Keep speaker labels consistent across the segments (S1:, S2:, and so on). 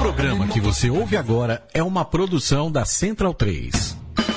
S1: programa que você ouve agora é uma produção da Central 3.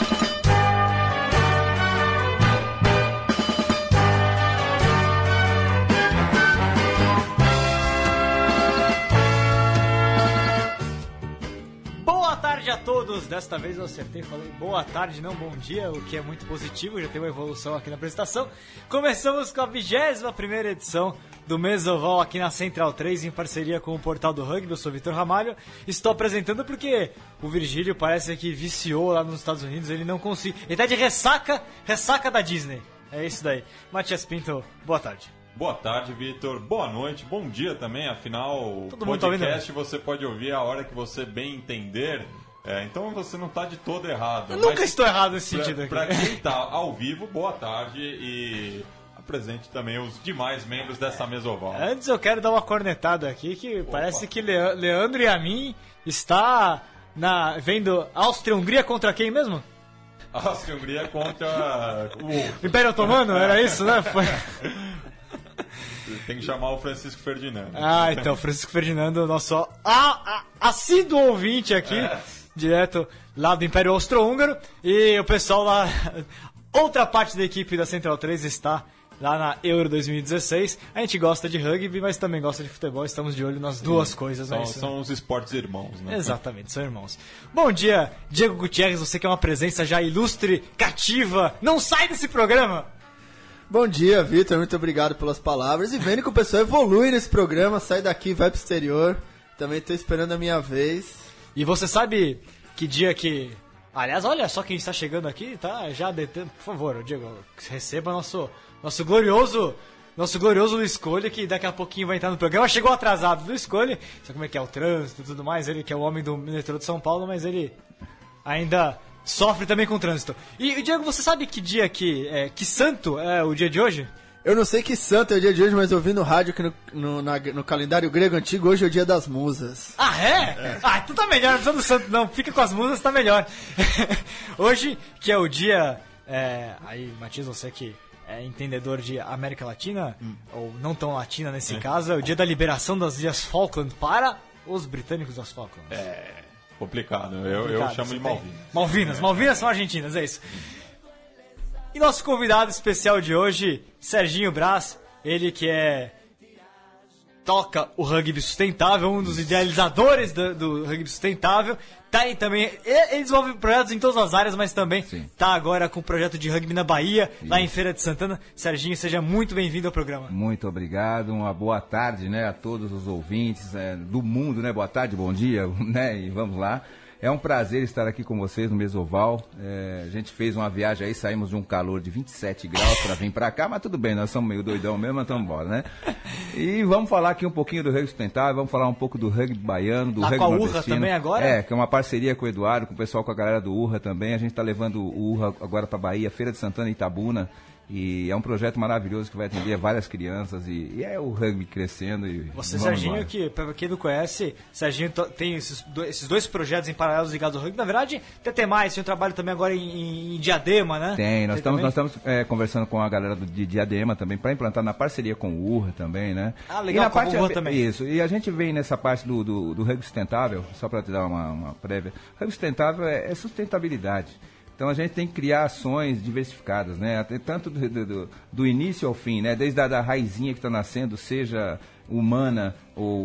S2: Boa tarde a todos! Desta vez eu acertei, falei boa tarde, não bom dia, o que é muito positivo, já tem uma evolução aqui na apresentação. Começamos com a 21ª edição do Mesoval aqui na Central 3, em parceria com o Portal do Rugby. Eu sou Vitor Ramalho, estou apresentando porque o Virgílio parece que viciou lá nos Estados Unidos, ele não conseguiu, ele tá de ressaca da Disney, é isso daí. Matias Pinto, boa tarde.
S3: Boa tarde, Vitor. Boa noite, bom dia também, afinal
S2: todo
S3: o
S2: mundo
S3: podcast
S2: tá
S3: você pode ouvir a hora que você bem entender, então você não está de todo errado.
S2: Eu nunca estou errado nesse sentido aqui.
S3: Para quem está ao vivo, boa tarde e apresente também os demais membros dessa mesa oval.
S2: Antes eu quero dar uma cornetada aqui, que parece que Leandro e a mim está vendo Áustria-Hungria contra quem mesmo?
S3: Áustria-Hungria contra
S2: o Império Otomano, era isso, né? Foi...
S3: Tem que chamar o Francisco Ferdinando.
S2: Então, Francisco Ferdinando, nosso assíduo ouvinte aqui, direto lá do Império Austro-Húngaro. E o pessoal lá, outra parte da equipe da Central 3 está lá na Euro 2016. A gente gosta de rugby, mas também gosta de futebol. Estamos de olho nas duas coisas.
S3: São os esportes irmãos, né?
S2: Exatamente, são irmãos. Bom dia, Diego Gutierrez, você que é uma presença já ilustre, cativa. Não sai desse programa!
S4: Bom dia, Vitor, muito obrigado pelas palavras. E vendo que o pessoal evolui nesse programa, sai daqui e vai pro exterior. Também tô esperando a minha vez.
S2: E você sabe que dia que... Aliás, olha só quem está chegando aqui, tá? Já detendo... Por favor, Diego, receba nosso glorioso Luiz Colli, que daqui a pouquinho vai entrar no programa. Chegou atrasado, Luiz Colli. Sabe como é que é o trânsito e tudo mais? Ele que é o homem do metrô de São Paulo, mas ele ainda... sofre também com o trânsito. E, Diego, você sabe que dia que santo é o dia de hoje?
S4: Eu não sei que santo é o dia de hoje, mas eu vi no rádio que no calendário grego antigo, hoje é o dia das musas.
S2: Ah, é? Então tá melhor, não precisa do santo não, fica com as musas, tá melhor. Hoje, que é o dia... aí, Matias, você que é entendedor de América Latina, ou não tão latina nesse caso, é o dia da liberação das Ilhas Falkland para os britânicos das Falklands.
S3: Complicado, eu chamo de Malvinas.
S2: Malvinas são argentinas, é isso. E nosso convidado especial de hoje, Serginho Brás, ele que toca o rugby sustentável, um dos idealizadores do rugby sustentável. Tá aí também, ele desenvolve projetos em todas as áreas, mas também tá agora com o projeto de rugby na Bahia, lá em Feira de Santana. Serginho, seja muito bem-vindo ao programa.
S5: Muito obrigado, uma boa tarde, né, a todos os ouvintes do mundo, né, boa tarde, bom dia, né, e vamos lá. É um prazer estar aqui com vocês no Mesoval. A gente fez uma viagem aí, saímos de um calor de 27 graus para vir para cá, mas tudo bem, nós somos meio doidão mesmo, mas estamos embora, né? E vamos falar aqui um pouquinho do rugby sustentável, vamos falar um pouco do rugby baiano, do rugby
S2: nordestino.
S5: Com a
S2: Urra também agora?
S5: Que é uma parceria com o Eduardo, com o pessoal, com a galera do Urra também. A gente está levando o Urra agora para Bahia, Feira de Santana e Itabuna. E é um projeto maravilhoso que vai atender várias crianças e é o rugby crescendo. E
S2: você, Serginho, que para quem não conhece, Serginho tem esses dois projetos em paralelo ligados ao rugby. Na verdade, tem mais, tem um trabalho também agora em Diadema, né?
S5: Nós estamos conversando com a galera de Diadema também para implantar na parceria com o Urra também, né?
S2: Legal, com o Urra também.
S5: Isso, e a gente vem nessa parte do rugby sustentável, só para te dar uma prévia. Rugby sustentável é sustentabilidade. Então a gente tem que criar ações diversificadas, né? Tanto do início ao fim, né? Desde a raizinha que está nascendo, seja humana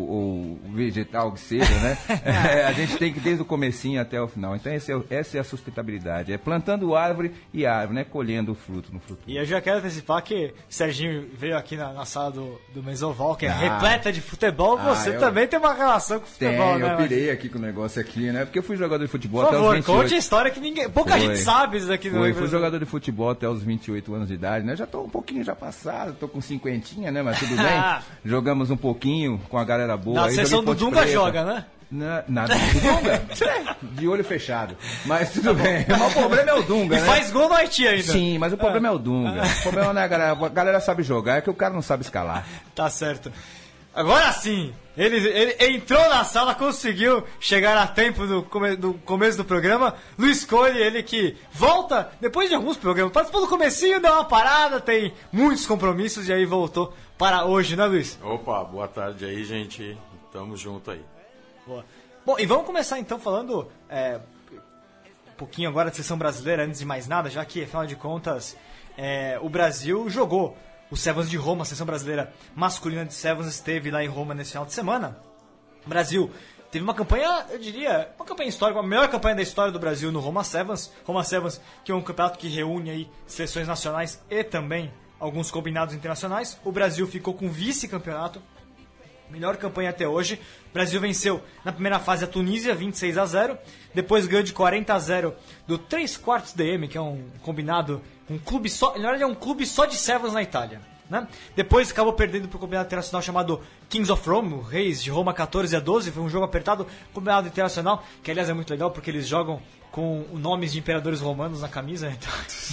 S5: ou vegetal que seja, né? A gente tem que desde o comecinho até o final. Então essa é a sustentabilidade. É plantando árvore e árvore, né? Colhendo o fruto no futuro.
S2: E eu já quero antecipar que Serginho veio aqui na sala do Mesoval, que é repleta de futebol. Você também tem uma relação com o futebol, né?
S5: Eu pirei aqui com o negócio aqui, né? Porque eu fui jogador de futebol
S2: até
S5: os 28.
S2: Por favor, conte a história que pouca gente sabe isso aqui.
S5: Fui jogador de futebol até os 28 anos de idade, né? Já tô um pouquinho já passado, tô com 50, né? Mas tudo bem. Jogamos um pouquinho com a galera boa.
S2: Na sessão do Dunga joga, né?
S5: Nada do Dunga? De olho fechado. Mas tudo bem. O problema é o Dunga,
S2: né? E faz gol no Haiti ainda.
S5: Sim, mas o problema é o Dunga. O problema não é a galera sabe jogar, é que o cara não sabe escalar.
S2: Tá certo. Agora sim, ele entrou na sala, conseguiu chegar a tempo do começo do programa. Luiz Colli, ele que volta depois de alguns programas. Participou do comecinho, deu uma parada, tem muitos compromissos e aí voltou para hoje, né, Luiz?
S6: Opa, boa tarde aí, gente. Tamo junto aí.
S2: Boa. Bom, e vamos começar então falando um pouquinho agora da seleção brasileira, antes de mais nada, já que, afinal de contas, o Brasil jogou o Sevens de Roma, a seleção brasileira masculina de Sevens esteve lá em Roma nesse final de semana. O Brasil teve uma campanha, eu diria, uma campanha histórica, a melhor campanha da história do Brasil no Roma Sevens. Roma Sevens, que é um campeonato que reúne aí seleções nacionais e também alguns combinados internacionais. O Brasil ficou com vice-campeonato, melhor campanha até hoje. O Brasil venceu na primeira fase a Tunísia, 26-0. Depois ganhou de 40-0 do 3/4 DM, que é um combinado, um clube só, na verdade é um clube só de Sevens na Itália, né? Depois acabou perdendo para o combinado internacional chamado Kings of Rome, o Reis de Roma, 14-12. Foi um jogo apertado, combinado internacional, que aliás é muito legal porque eles jogam com nomes de imperadores romanos na camisa. Então...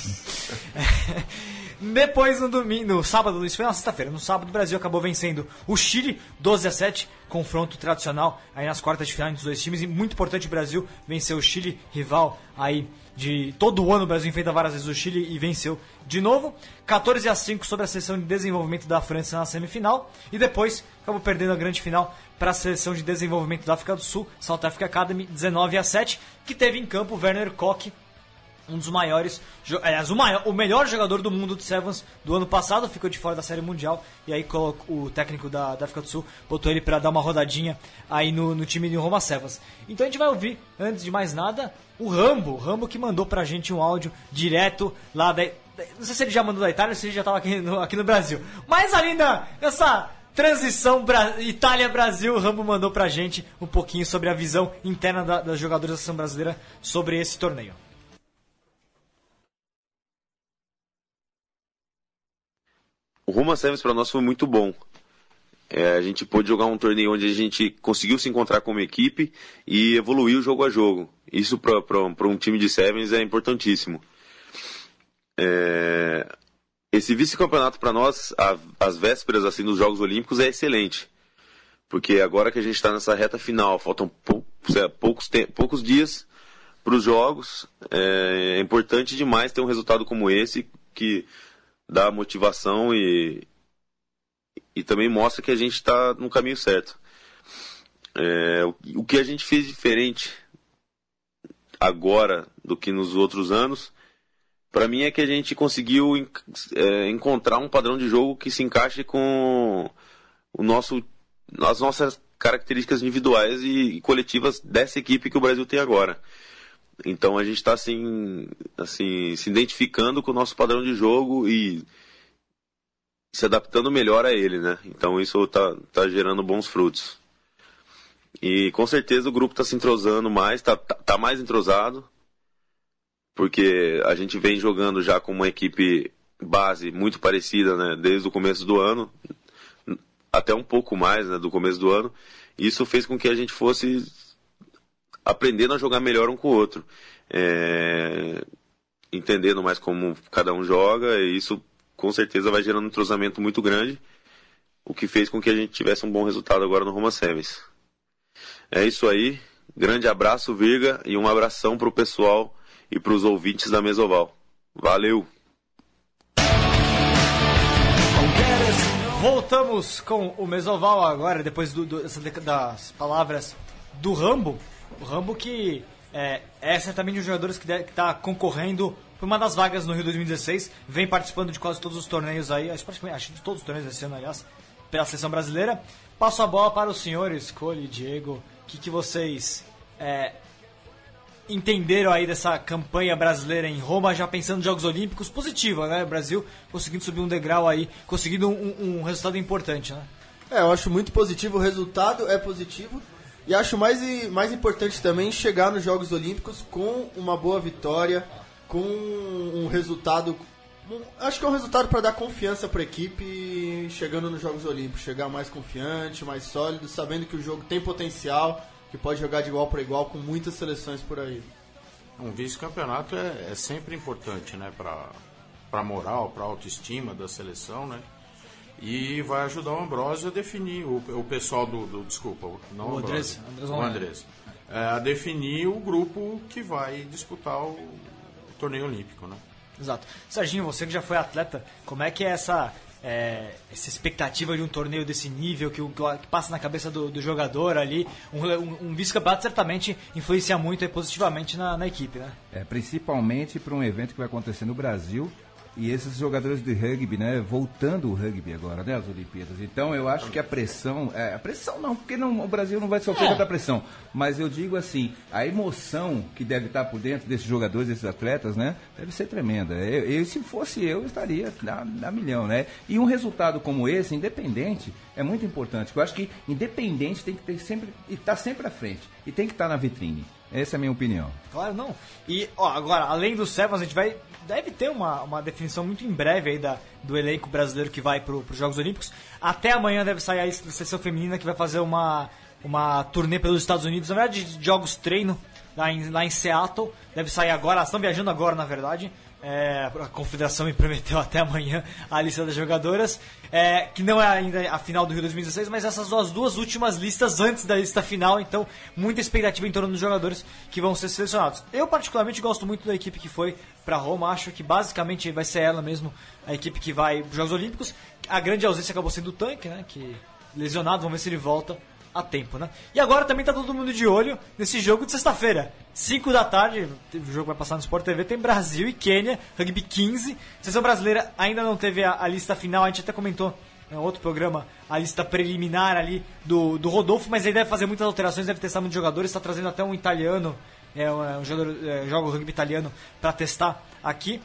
S2: Depois no sábado, isso foi na sexta-feira, no sábado o Brasil acabou vencendo o Chile 12-7, confronto tradicional aí nas quartas de final entre os dois times, e muito importante o Brasil venceu o Chile, rival aí de todo o ano. O Brasil enfrenta várias vezes o Chile e venceu de novo. 14-5 sobre a seleção de desenvolvimento da França na semifinal, e depois acabou perdendo a grande final para a seleção de desenvolvimento da África do Sul, South Africa Academy, 19-7, que teve em campo Werner Koch, um dos maiores, aliás, o melhor jogador do mundo de Sevens do ano passado, ficou de fora da Série Mundial, e aí o técnico da África do Sul botou ele para dar uma rodadinha aí no time de Roma Sevens. Então a gente vai ouvir, antes de mais nada, o Rambo que mandou pra gente um áudio direto lá não sei se ele já mandou da Itália ou se ele já estava aqui no Brasil, mas ali nessa transição Itália-Brasil, o Rambo mandou pra gente um pouquinho sobre a visão interna das jogadoras da seleção brasileira sobre esse torneio.
S6: O Roma Sevens para nós foi muito bom. A gente pôde jogar um torneio onde a gente conseguiu se encontrar como equipe e evoluir o jogo a jogo. Isso para um time de Sevens é importantíssimo. Esse vice-campeonato para nós, às vésperas assim, dos Jogos Olímpicos, é excelente. Porque agora que a gente está nessa reta final, faltam poucos dias para os Jogos, é importante demais ter um resultado como esse, que dá motivação e também mostra que a gente está no caminho certo. O que a gente fez diferente agora do que nos outros anos, para mim, é que a gente conseguiu encontrar um padrão de jogo que se encaixe com as nossas características individuais e coletivas dessa equipe que o Brasil tem agora. Então a gente está assim, se identificando com o nosso padrão de jogo e se adaptando melhor a ele, né? Então isso está gerando bons frutos. E com certeza o grupo está se entrosando mais, tá mais entrosado, porque a gente vem jogando já com uma equipe base muito parecida, né? Desde o começo do ano, até um pouco mais, né, do começo do ano. E isso fez com que a gente fosse aprendendo a jogar melhor um com o outro, entendendo mais como cada um joga, e isso com certeza vai gerando um entrosamento muito grande, o que fez com que a gente tivesse um bom resultado agora no Roma Sevens. É isso aí, grande abraço, Virga, e um abração para o pessoal e para os ouvintes da Mesoval. Valeu!
S2: Voltamos com o Mesoval agora, depois das palavras do Rambo. O Rambo que é certamente um dos jogadores que está concorrendo por uma das vagas no Rio 2016, vem participando de quase todos os torneios aí, acho de todos os torneios desse ano, aliás, pela seleção brasileira. Passo a bola para os senhores, Cole e Diego, o que vocês entenderam aí dessa campanha brasileira em Roma, já pensando nos Jogos Olímpicos, positiva, né? O Brasil conseguindo subir um degrau aí, conseguindo um resultado importante, né?
S4: Eu acho muito positivo, o resultado é positivo. E acho mais importante também chegar nos Jogos Olímpicos com uma boa vitória, com um resultado... Acho que é um resultado para dar confiança para a equipe chegando nos Jogos Olímpicos. Chegar mais confiante, mais sólido, sabendo que o jogo tem potencial, que pode jogar de igual para igual com muitas seleções por aí.
S7: Um vice-campeonato é sempre importante, né, para a moral, para a autoestima da seleção, né? E vai ajudar o Ambrosio a definir, o pessoal desculpa, não o Andrés, a definir o grupo que vai disputar o torneio olímpico, né?
S2: Exato. Serginho, você que já foi atleta, como é que é essa essa expectativa de um torneio desse nível, que passa na cabeça do jogador ali, um vice-campeonato certamente influencia muito e positivamente na equipe, né?
S5: Principalmente para um evento que vai acontecer no Brasil, e esses jogadores de rugby, né, voltando o rugby agora, né, as Olimpíadas. Então eu acho que a pressão não, porque o Brasil não vai sofrer tanta pressão, mas eu digo assim, a emoção que deve estar por dentro desses jogadores, desses atletas, né, deve ser tremenda. Se fosse eu estaria na milhão, né? E um resultado como esse, independente, é muito importante. Eu acho que independente tem que ter sempre, estar sempre à frente, e tem que estar na vitrine. Essa é a minha opinião.
S2: Claro, não. E, agora, além do Sevens, a gente deve ter uma definição muito em breve aí do elenco brasileiro que vai para os Jogos Olímpicos. Até amanhã deve sair a seleção feminina que vai fazer uma turnê pelos Estados Unidos, na verdade, de jogos treino lá em Seattle. Deve sair agora, elas estão viajando agora, na verdade. A confederação me prometeu até amanhã a lista das jogadoras, que não é ainda a final do Rio 2016, mas essas as duas últimas listas antes da lista final, então muita expectativa em torno dos jogadores que vão ser selecionados. Eu particularmente gosto muito da equipe que foi para Roma, acho que basicamente vai ser ela mesmo a equipe que vai para os Jogos Olímpicos. A grande ausência acabou sendo o Tanque, né, que lesionado, vamos ver se ele volta a tempo, né? E agora também tá todo mundo de olho nesse jogo de sexta-feira, 5 da tarde, o jogo vai passar no Sport TV, tem Brasil e Quênia, Rugby 15. A seleção brasileira ainda não teve a lista final, a gente até comentou em outro programa a lista preliminar ali do Rodolfo, mas ele deve fazer muitas alterações, deve testar muitos jogadores, está trazendo até um italiano, um jogador joga o rugby italiano para testar aqui.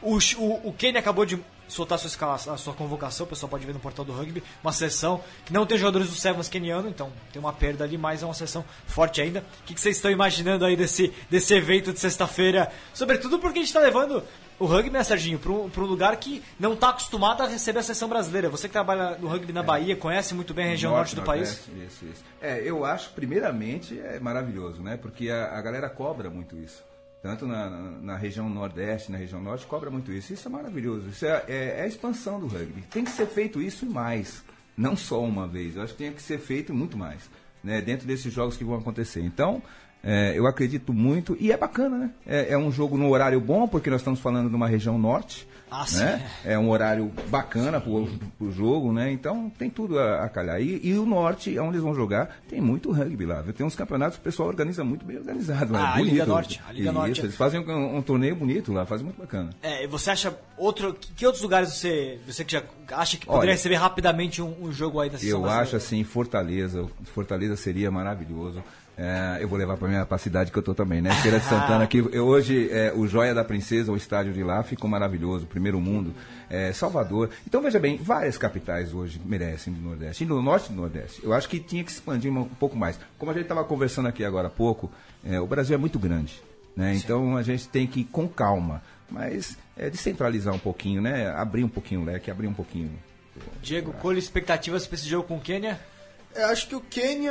S2: O Quênia acabou de soltar a sua convocação, o pessoal pode ver no portal do rugby, uma seleção que não tem jogadores do Sevens queniano, então tem uma perda ali, mas é uma seleção forte ainda. O que vocês estão imaginando aí desse evento de sexta-feira? Sobretudo porque a gente está levando o rugby, né, Serginho, para um lugar que não está acostumado a receber a seleção brasileira. Você que trabalha no rugby na Bahia, conhece muito bem a região norte do país.
S5: Isso. Eu acho, primeiramente, é maravilhoso, né? Porque a galera cobra muito isso. Tanto na região nordeste, na região norte, cobra muito isso. Isso é maravilhoso. Isso é a expansão do rugby. Tem que ser feito isso e mais. Não só uma vez. Eu acho que tem que ser feito muito mais, né, dentro desses jogos que vão acontecer. Então, eu acredito muito. E é bacana, né? É um jogo no horário bom, porque nós estamos falando de uma região norte. Né? É um horário bacana pro jogo, né? Então tem tudo a calhar. E o norte, onde eles vão jogar, tem muito rugby lá. Tem uns campeonatos que o pessoal organiza muito bem organizado.
S2: A Liga Norte.
S5: Norte. Eles fazem um torneio bonito lá, fazem muito bacana.
S2: E você acha que outros lugares você que já acha que poderia receber rapidamente um jogo aí da seleção brasileira?
S5: Eu acho assim, Fortaleza seria maravilhoso. Eu vou levar para a cidade que eu tô também, né? Feira de Santana aqui. Hoje, o Joia da Princesa, o estádio de lá, ficou maravilhoso. Primeiro mundo. Salvador. Então, veja bem, várias capitais hoje merecem do Nordeste. E no Norte e do Nordeste. Eu acho que tinha que se expandir um pouco mais. Como a gente estava conversando aqui agora há pouco, o Brasil é muito grande, né? Então, a gente tem que ir com calma. Mas descentralizar um pouquinho, né? Abrir um pouquinho o leque, abrir um pouquinho.
S2: Diego, colhe expectativas para esse jogo com o Quênia?
S4: Acho que o Quênia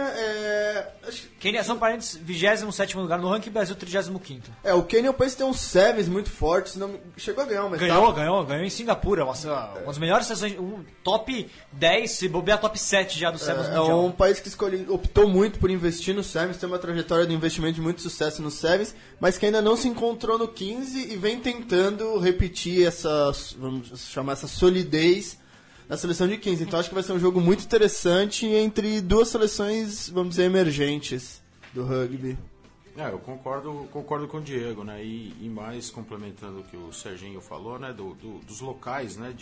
S2: Quênia, são parentes, 27º lugar no ranking, Brasil 35º.
S4: O Quênia é um país que tem uns sevens muito fortes, chegou a ganhar uma etapa.
S2: Ganhou em Singapura, uma das melhores seleções, top 10, se bobear top 7 já do sevens mundial.
S4: É um país que optou muito por investir no sevens, tem uma trajetória de investimento de muito sucesso no sevens, mas que ainda não se encontrou no 15 e vem tentando repetir vamos chamar essa solidez na seleção de 15. Então acho que vai ser um jogo muito interessante entre duas seleções, vamos dizer, emergentes do rugby.
S7: Eu concordo com o Diego, né? E mais complementando o que o Serginho falou, né? Dos locais, né?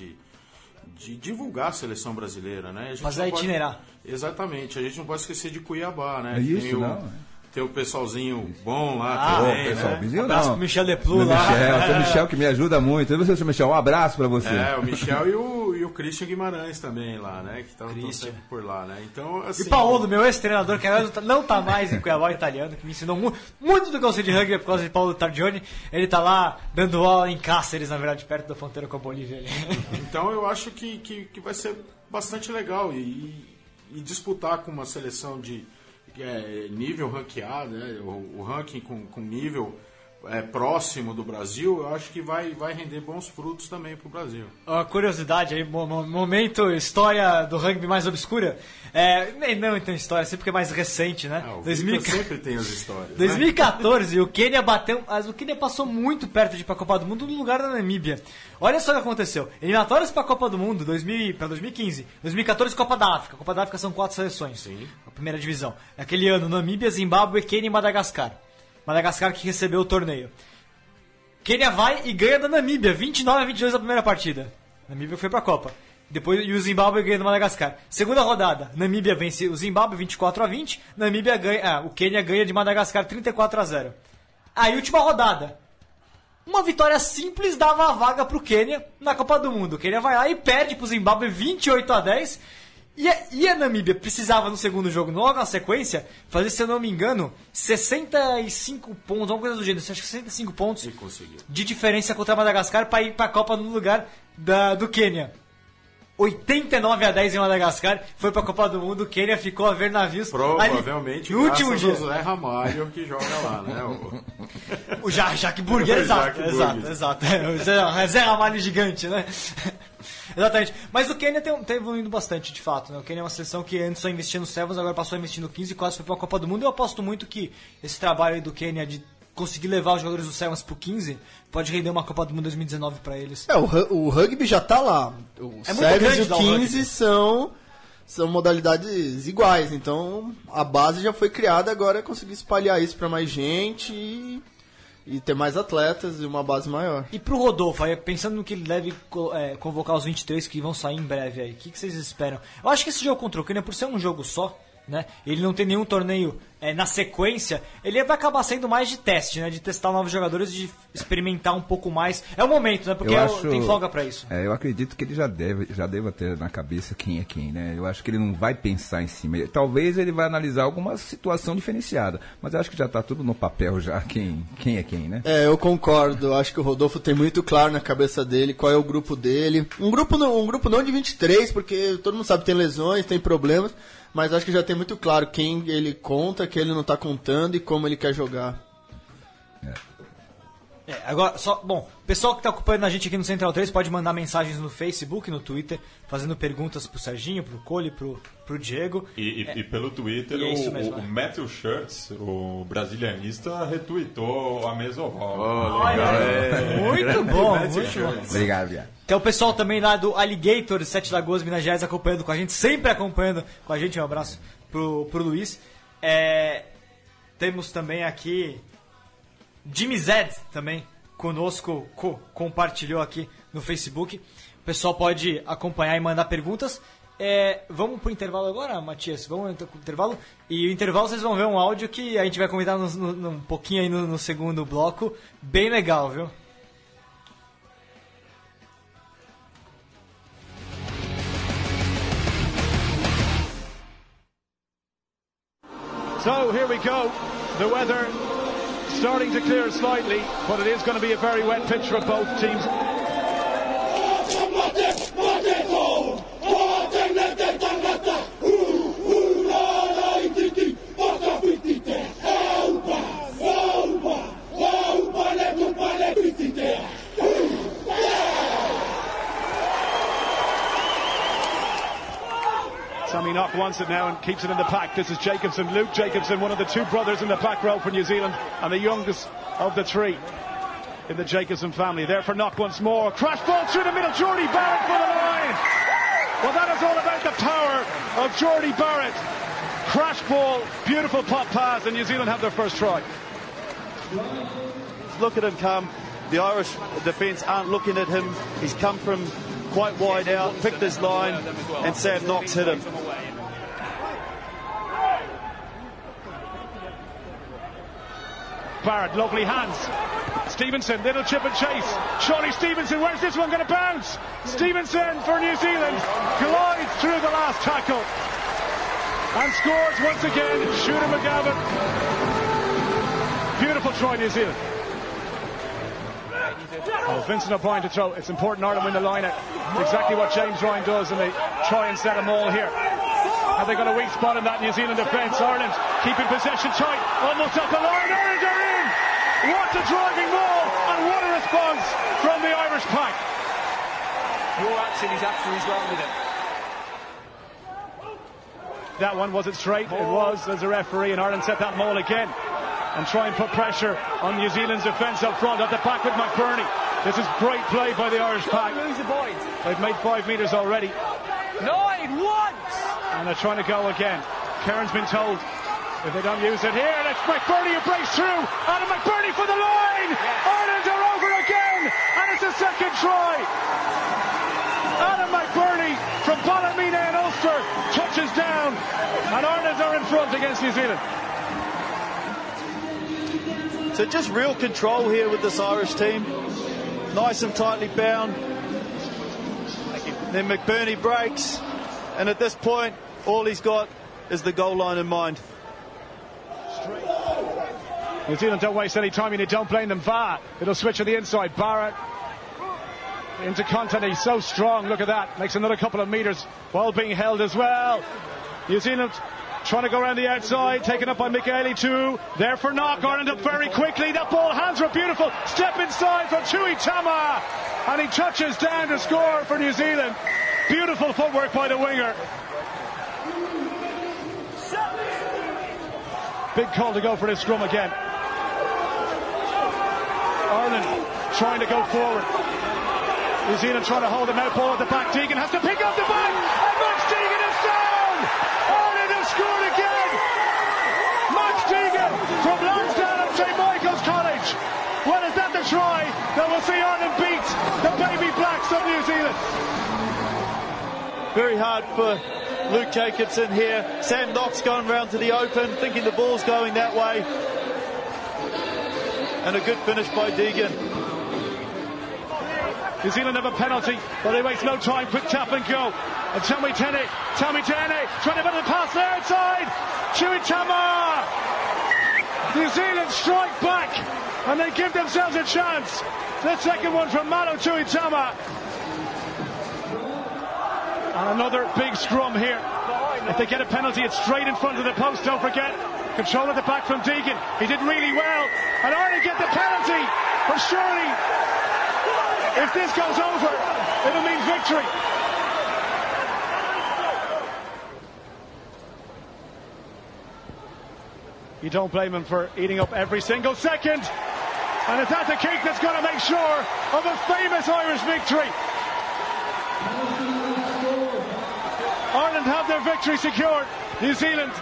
S7: De divulgar a seleção brasileira, né?
S2: Fazer itinerar.
S7: Exatamente. A gente não pode esquecer de Cuiabá, né? Tem o pessoalzinho bom lá também,
S5: né?
S2: Um abraço pro Michel Deplu lá.
S5: O Michel que me ajuda muito. E você, seu Michel, um abraço pra você.
S7: O Michel e o Christian Guimarães também lá, né? Que estão sempre por lá, né? Então, assim...
S2: E Paulo, meu ex-treinador, que agora não tá mais em Cuiabá, italiano, que me ensinou muito do que eu sei de rugby por causa de Paulo Tardioni. Ele tá lá dando aula em Cáceres, na verdade, perto da fronteira com a Bolívia.
S7: Então eu acho que vai ser bastante legal e disputar com uma seleção de nível ranqueado, né? O ranking com nível próximo do Brasil, eu acho que vai render bons frutos também para o Brasil.
S2: Uma curiosidade aí, momento história do rugby mais obscura. Não então história, sempre porque é mais recente, né?
S7: O Victor sempre tem as histórias.
S2: 2014, né? O Quênia o Quênia passou muito perto de ir para a Copa do Mundo no lugar da Namíbia. Olha só o que aconteceu. Eliminatórias para a Copa do Mundo para 2015. 2014, Copa da África. Copa da África são 4 seleções.
S7: Sim.
S2: A primeira divisão. Naquele ano, Namíbia, Zimbábue, Quênia e Madagascar. Madagascar que recebeu o torneio. Quênia vai e ganha da Namíbia, 29-22 na primeira partida. Namíbia foi pra Copa. Depois, e o Zimbábue ganha do Madagascar. Segunda rodada, Namíbia vence o Zimbábue 24-20. Namíbia ganha, o Quênia ganha de Madagascar 34-0. Aí, última rodada. Uma vitória simples dava a vaga pro Quênia na Copa do Mundo. O Quênia vai lá e perde pro Zimbábue 28-10. E a Namíbia precisava no segundo jogo, logo na sequência, fazer, se eu não me engano, 65 pontos, alguma coisa do gênero, acho que 65 pontos de diferença contra a Madagascar para ir para a Copa no lugar do Quênia. 89-10 em Madagascar, foi para a Copa do Mundo, o Quênia ficou a ver navios.
S7: Provavelmente
S2: no último dia.
S7: O Zé Ramalho que joga lá, né?
S2: O Jack Burger, exato. O Zé Ramalho gigante, né? Exatamente. Mas o Quênia tá evoluindo bastante, de fato. Né? O Quênia é uma seleção que antes só investia no Sevens, agora passou a investir no 15 e quase foi para a Copa do Mundo. Eu aposto muito que esse trabalho aí do Quênia de conseguir levar os jogadores do Sevens pro 15 pode render uma Copa do Mundo 2019 para eles.
S4: O rugby já tá lá. O Sevens e o 15 são modalidades iguais. Então a base já foi criada, agora é conseguir espalhar isso para mais gente e ter mais atletas e uma base maior.
S2: E pro Rodolfo, aí, pensando no que ele deve convocar os 23 que vão sair em breve aí, o que vocês esperam? Eu acho que esse jogo contra o Quênia, por ser um jogo só, né, ele não tem nenhum torneio na sequência, ele vai acabar sendo mais de teste, né, de testar novos jogadores, de experimentar um pouco mais. É o momento, né, porque tem folga pra isso.
S5: Eu acredito que ele já deva ter na cabeça quem é quem, né? Eu acho que ele não vai pensar em cima. Talvez ele vai analisar alguma situação diferenciada, mas eu acho que já tá tudo no papel já, quem é quem, né?
S4: Eu concordo. Eu acho que o Rodolfo tem muito claro na cabeça dele qual é o grupo dele. Um grupo não de 23, porque todo mundo sabe que tem lesões, tem problemas, mas acho que já tem muito claro quem ele conta, quem ele não tá contando e como ele quer jogar.
S2: Agora, o pessoal que tá acompanhando a gente aqui no Central 3 pode mandar mensagens no Facebook, no Twitter, fazendo perguntas pro Serginho, pro Cole, pro Diego.
S3: E pelo Twitter, o Matthew Shirts, o brasilianista, retweetou a Mesoval.
S2: Muito bom, muito bom.
S5: Obrigado, Bia.
S2: Tem o pessoal também lá do Alligator, 7 Lagoas, Minas Gerais, acompanhando com a gente, sempre acompanhando com a gente. Um abraço pro Luiz. Temos também aqui Jimmy Zed também conosco, compartilhou aqui no Facebook. O pessoal pode acompanhar e mandar perguntas. Vamos pro intervalo agora, Matias? Vamos pro intervalo? E o intervalo vocês vão ver um áudio que a gente vai comentar um pouquinho aí no segundo bloco. Bem legal, viu?
S8: So here we go. The weather starting to clear slightly, but it is going to be a very wet pitch for both teams. Sammy Knock wants it now and keeps it in the pack. This is Jacobson, Luke Jacobson, one of the two brothers in the back row for New Zealand and the youngest of the three in the Jacobson family. There for Knock once more. Crash ball through the middle. Jordy Barrett for the line. Well, that is all about the power of Jordy Barrett. Crash ball, beautiful pop pass, and New Zealand have their first try.
S9: Look at him come. The Irish defence aren't looking at him. He's come from quite wide out, picked his line, and Sam Knox hit him.
S8: Barrett, lovely hands. Stevenson, little chip and chase. Surely Stevenson, where's this one going to bounce? Stevenson for New Zealand glides through the last tackle and scores once again. Shooter McGavin. Beautiful try, New Zealand. Vincent O'Brien to throw. It's important Ireland win the line out. It's exactly what James Ryan does, and they try and set them all here. Have they got a weak spot in that New Zealand defence? Ireland keeping possession tight, almost at the line. Ireland are in! What a driving ball, and what a response from the Irish pack.
S10: Johansson is after his well with it.
S8: That one, was it straight? It was. There's a referee, and Ireland set that maul again and try and put pressure on New Zealand's defence up front. At the back with McBurney. This is great play by the Irish pack. They've made 5 metres already.
S10: 9 once!
S8: And they're trying to go again. Kieran's been told if they don't use it here, and it's McBurney who breaks through. Adam McBurney for the line! Ireland are over again! And it's a second try! Adam McBurney from Ballymena and Ulster touches down, and Ireland are in front against New Zealand.
S9: So just real control here with this Irish team. Nice and tightly bound. Then McBurney breaks, and at this point, all he's got is the goal line in mind.
S8: New Zealand don't waste any time, and you don't blame them. VAR, it'll switch to the inside. Barrett into contact. He's so strong. Look at that. Makes another couple of metres while being held as well. New Zealand trying to go around the outside, taken up by Michaeli too. There for knock. Ireland up very quickly. That ball, hands were beautiful. Step inside from Tui Tama, and he touches down to score for New Zealand. Beautiful footwork by the winger. Big call to go for this scrum again. Ireland trying to go forward. New Zealand trying to hold the out ball at the back. Deegan has to pick up the back, and Max Deegan is down! Ireland has scored again! Max Deegan from Lansdowne at St Michael's College. Well, is that the try that will see Ireland beat the Baby Blacks of New Zealand?
S9: Very hard for Luke Jacobson here. Sam Knox going round to the open, thinking the ball's going that way. And a good finish by Deegan.
S8: New Zealand have a penalty, but they waste no time. Quick tap and go. And Tommy Tene trying to put the pass there outside. Chiwitama. New Zealand strike back, and they give themselves a chance. The second one from Malo Chiwitama. And another big scrum here. If they get a penalty, it's straight in front of the post, don't forget. Control at the back from Deegan. He did really well. And Ireland get the penalty. But surely, if this goes over, it'll mean victory. You don't blame him for eating up every single second. And it's Ata Keith that's going to make sure of a famous Irish victory. Ireland have their victory secured. New Zealand.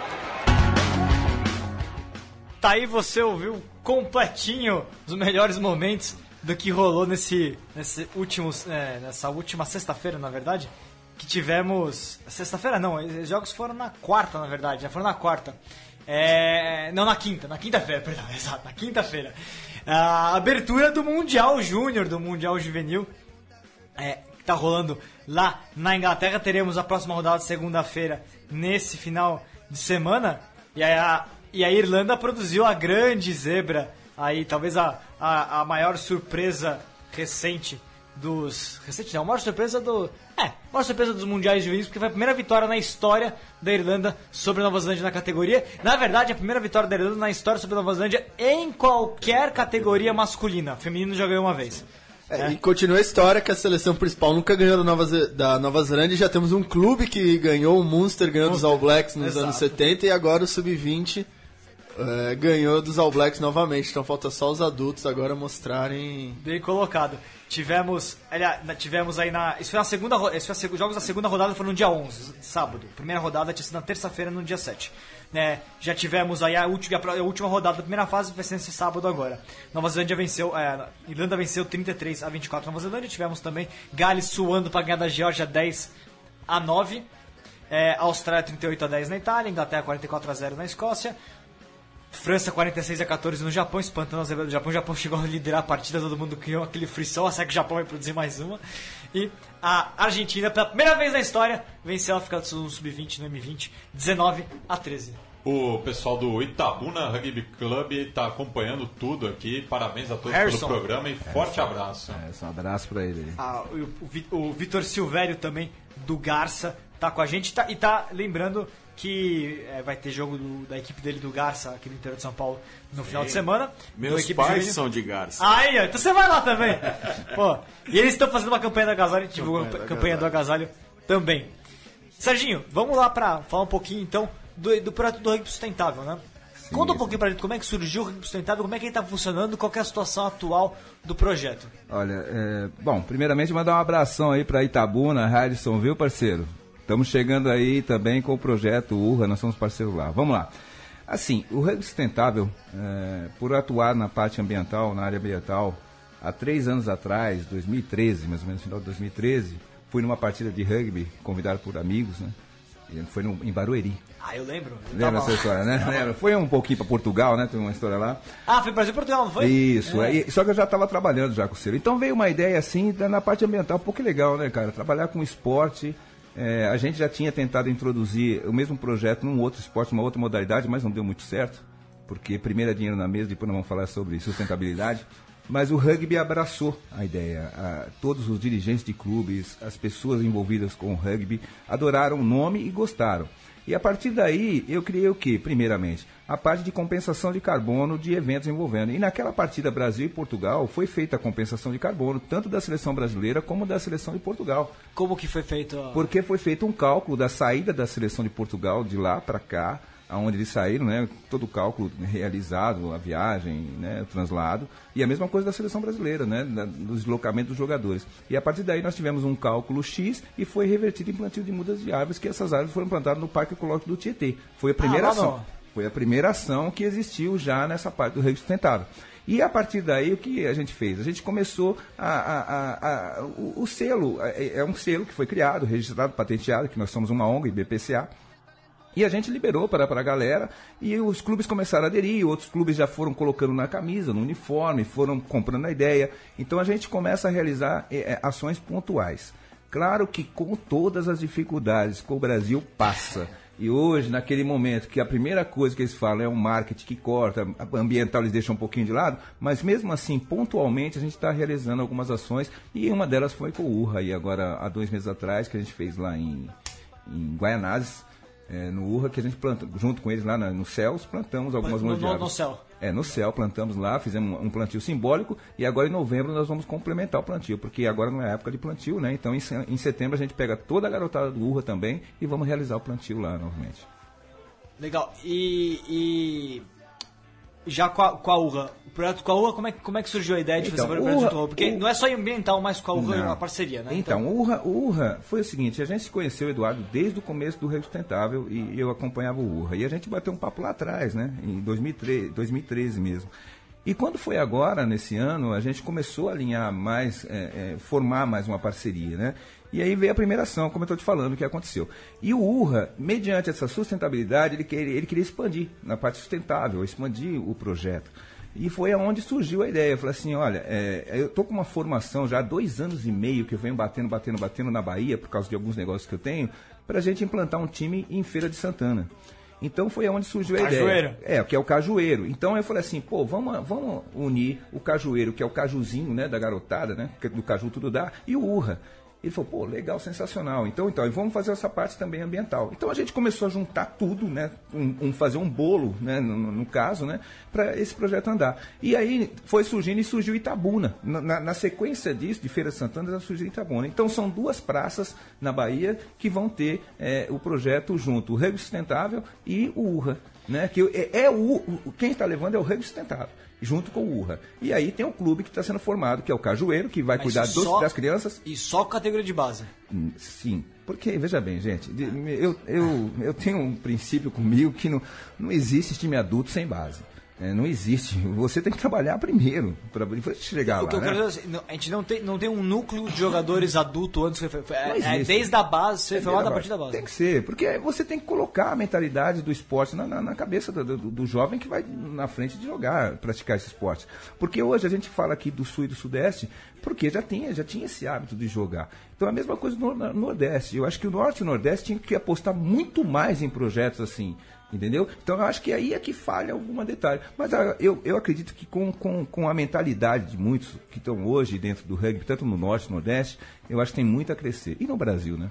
S2: Tá aí, você ouviu completinho os melhores momentos do que rolou nessa última sexta-feira, na verdade, que tivemos... Sexta-feira não, os jogos foram na quarta, na verdade, já foram na quarta. Não, na quinta-feira, perdão, exato, na quinta-feira. A abertura do Mundial Júnior, do Mundial Juvenil, que tá rolando lá na Inglaterra. Teremos a próxima rodada segunda-feira, nesse final de semana, e a Irlanda produziu a grande zebra, aí talvez a maior surpresa recente dos... Recente não, a maior surpresa dos mundiais juvenis, porque foi a primeira vitória na história da Irlanda sobre a Nova Zelândia na categoria. Na verdade, a primeira vitória da Irlanda na história sobre a Nova Zelândia em qualquer categoria masculina. Feminino já ganhou uma vez.
S4: E continua a história que a seleção principal nunca ganhou da Nova Zelândia. Já temos um clube que ganhou, o Munster ganhou dos All Blacks nos anos 70, e agora o Sub-20 ganhou dos All Blacks novamente. Então falta só os adultos agora mostrarem...
S2: Bem colocado. Tivemos aí isso foi os jogos da segunda rodada foram no dia 11, sábado. A primeira rodada tinha sido na terça-feira, no dia 7. Já tivemos aí a última rodada da primeira fase, vai ser nesse sábado agora. Nova Zelândia venceu, Irlanda venceu 33-24 Nova Zelândia. Tivemos também Gales suando para ganhar da Geórgia 10-9. Austrália 38-10 na Itália, Inglaterra 44-0 na Escócia. França 46-14 no Japão, espantando a zebra do Japão. O Japão chegou a liderar a partida, todo mundo criou aquele frisson, até que o Japão vai produzir mais uma. E a Argentina, pela primeira vez na história, venceu a África do Sul no Sub-20, no M20, 19-13.
S3: O pessoal do Itabuna Rugby Club está acompanhando tudo aqui. Parabéns a todos
S2: Harrison,
S3: pelo programa e forte abraço.
S5: Um abraço para ele.
S2: O Vitor Silvério também, do Garça, tá com a gente e tá lembrando que vai ter jogo da equipe dele do Garça aqui no interior de São Paulo no final de semana.
S7: Meus pais são de Garça.
S2: Aí, então você vai lá também. Pô, e eles estão fazendo uma campanha do agasalho, a gente divulgou a campanha do agasalho também. Serginho, vamos lá para falar um pouquinho então do projeto do rugby sustentável, né? Sim, conta um pouquinho pra gente como é que surgiu o rugby sustentável, como é que ele está funcionando, qual que é a situação atual do projeto.
S5: Olha, bom, primeiramente mandar um abração aí para Itabuna, Radisson, viu, parceiro? Estamos chegando aí também com o projeto URRA, nós somos parceiros lá. Vamos lá. Assim, o rugby sustentável, por atuar na parte ambiental, na área ambiental, há 3 anos atrás, 2013, mais ou menos no final de 2013, fui numa partida de rugby, convidado por amigos, né? Foi em Barueri.
S2: Ah, eu lembro.
S5: Lembra essa história, né? Lembra? Foi um pouquinho para Portugal, né? Tem uma história lá.
S2: Ah, foi Brasil e Portugal, não foi?
S5: Isso, só que eu já estava trabalhando já com o Ciro. Então veio uma ideia assim, na parte ambiental, um pouco legal, né, cara? Trabalhar com esporte. A gente já tinha tentado introduzir o mesmo projeto num outro esporte, uma outra modalidade, mas não deu muito certo. Porque primeiro é dinheiro na mesa, depois nós vamos falar sobre sustentabilidade. Mas o rugby abraçou a ideia. Todos os dirigentes de clubes, as pessoas envolvidas com o rugby, adoraram o nome e gostaram. E a partir daí, eu criei o quê? Primeiramente, a parte de compensação de carbono de eventos envolvendo. E naquela partida Brasil e Portugal, foi feita a compensação de carbono, tanto da seleção brasileira como da seleção de Portugal.
S2: Como que foi feito?
S5: Porque foi feito um cálculo da saída da seleção de Portugal de lá para cá, aonde eles saíram, né, todo o cálculo realizado, a viagem, né, o translado, e a mesma coisa da seleção brasileira, né, do deslocamento dos jogadores. E a partir daí nós tivemos um cálculo X e foi revertido em plantio de mudas de árvores, que essas árvores foram plantadas no Parque Ecológico do Tietê. Foi a primeira ação. Foi a primeira ação que existiu já nessa parte do rugby sustentável. E a partir daí, o que a gente fez? A gente começou o selo, é um selo que foi criado, registrado, patenteado, que nós somos uma ONG, BPCA, e a gente liberou para a galera e os clubes começaram a aderir, outros clubes já foram colocando na camisa, no uniforme, foram comprando a ideia. Então a gente começa a realizar ações pontuais. Claro que com todas as dificuldades que o Brasil passa. E hoje, naquele momento que a primeira coisa que eles falam é um marketing que corta, ambiental eles deixam um pouquinho de lado, mas mesmo assim, pontualmente, a gente está realizando algumas ações e uma delas foi com o URRA, aí agora há 2 meses atrás, que a gente fez lá em Guaianazes. No URRA, que a gente planta, junto com eles lá no CELS, plantamos algumas mudas de árvores.
S2: No CEL?
S5: No CEL, plantamos lá, fizemos um plantio simbólico e agora em novembro nós vamos complementar o plantio, porque agora não é época de plantio, né? Então em setembro a gente pega toda a garotada do URRA também e vamos realizar o plantio lá novamente.
S2: Legal. E já com a URRA, o projeto com a URRA, como é que surgiu a ideia de fazer o projeto com a URRA? Porque não é só ambiental, mas com a URRA é uma parceria, né?
S5: Então, o URRA foi o seguinte, a gente se conheceu, Eduardo, desde o começo do Rugby Sustentável e eu acompanhava o URRA. E a gente bateu um papo lá atrás, né? Em 2013 mesmo. E quando foi agora, nesse ano, a gente começou a alinhar mais, formar mais uma parceria, né? E aí veio a primeira ação, como eu estou te falando, o que aconteceu. E o URRA, mediante essa sustentabilidade, ele queria expandir na parte sustentável, expandir o projeto. E foi aonde surgiu a ideia. Eu falei assim, olha, eu estou com uma formação já há 2 anos e meio que eu venho batendo na Bahia, por causa de alguns negócios que eu tenho, para a gente implantar um time em Feira de Santana. Então foi aonde surgiu a ideia. Que é o cajueiro. Então eu falei assim, vamos unir o cajueiro, que é o cajuzinho, né, da garotada, né, do caju tudo dá, e o URRA. Ele falou, legal, sensacional. Então, e vamos fazer essa parte também ambiental. Então a gente começou a juntar tudo, né? Fazer um bolo, né? No caso, né? Para esse projeto andar. E aí foi surgindo e surgiu Itabuna. Na sequência disso, de Feira de Santana, surgiu Itabuna. Então são 2 praças na Bahia que vão ter o projeto junto, o rugby sustentável e o URRA. Né? Que quem está levando é o rugby sustentável, junto com o URRA. E aí tem o clube que está sendo formado, que é o Cajueiro, que vai cuidar das crianças.
S2: E só categoria de base?
S5: Sim, porque, veja bem, gente, eu tenho um princípio comigo que não existe time adulto sem base. Não existe. Você tem que trabalhar primeiro para chegar lá.
S2: Quero dizer, a gente não tem um núcleo de jogadores adulto antes. Desde a base, você foi formado a partir da base.
S5: Tem que ser, porque você tem que colocar a mentalidade do esporte na cabeça do jovem que vai na frente de jogar, praticar esse esporte. Porque hoje a gente fala aqui do Sul e do Sudeste, porque já tinha esse hábito de jogar. Então a mesma coisa no Nordeste. Eu acho que o Norte e o Nordeste tinham que apostar muito mais em projetos assim. Entendeu? Então eu acho que aí é que falha algum detalhe. Mas eu acredito que com a mentalidade de muitos que estão hoje dentro do rugby, tanto no Norte e no Nordeste, eu acho que tem muito a crescer. E no Brasil, né?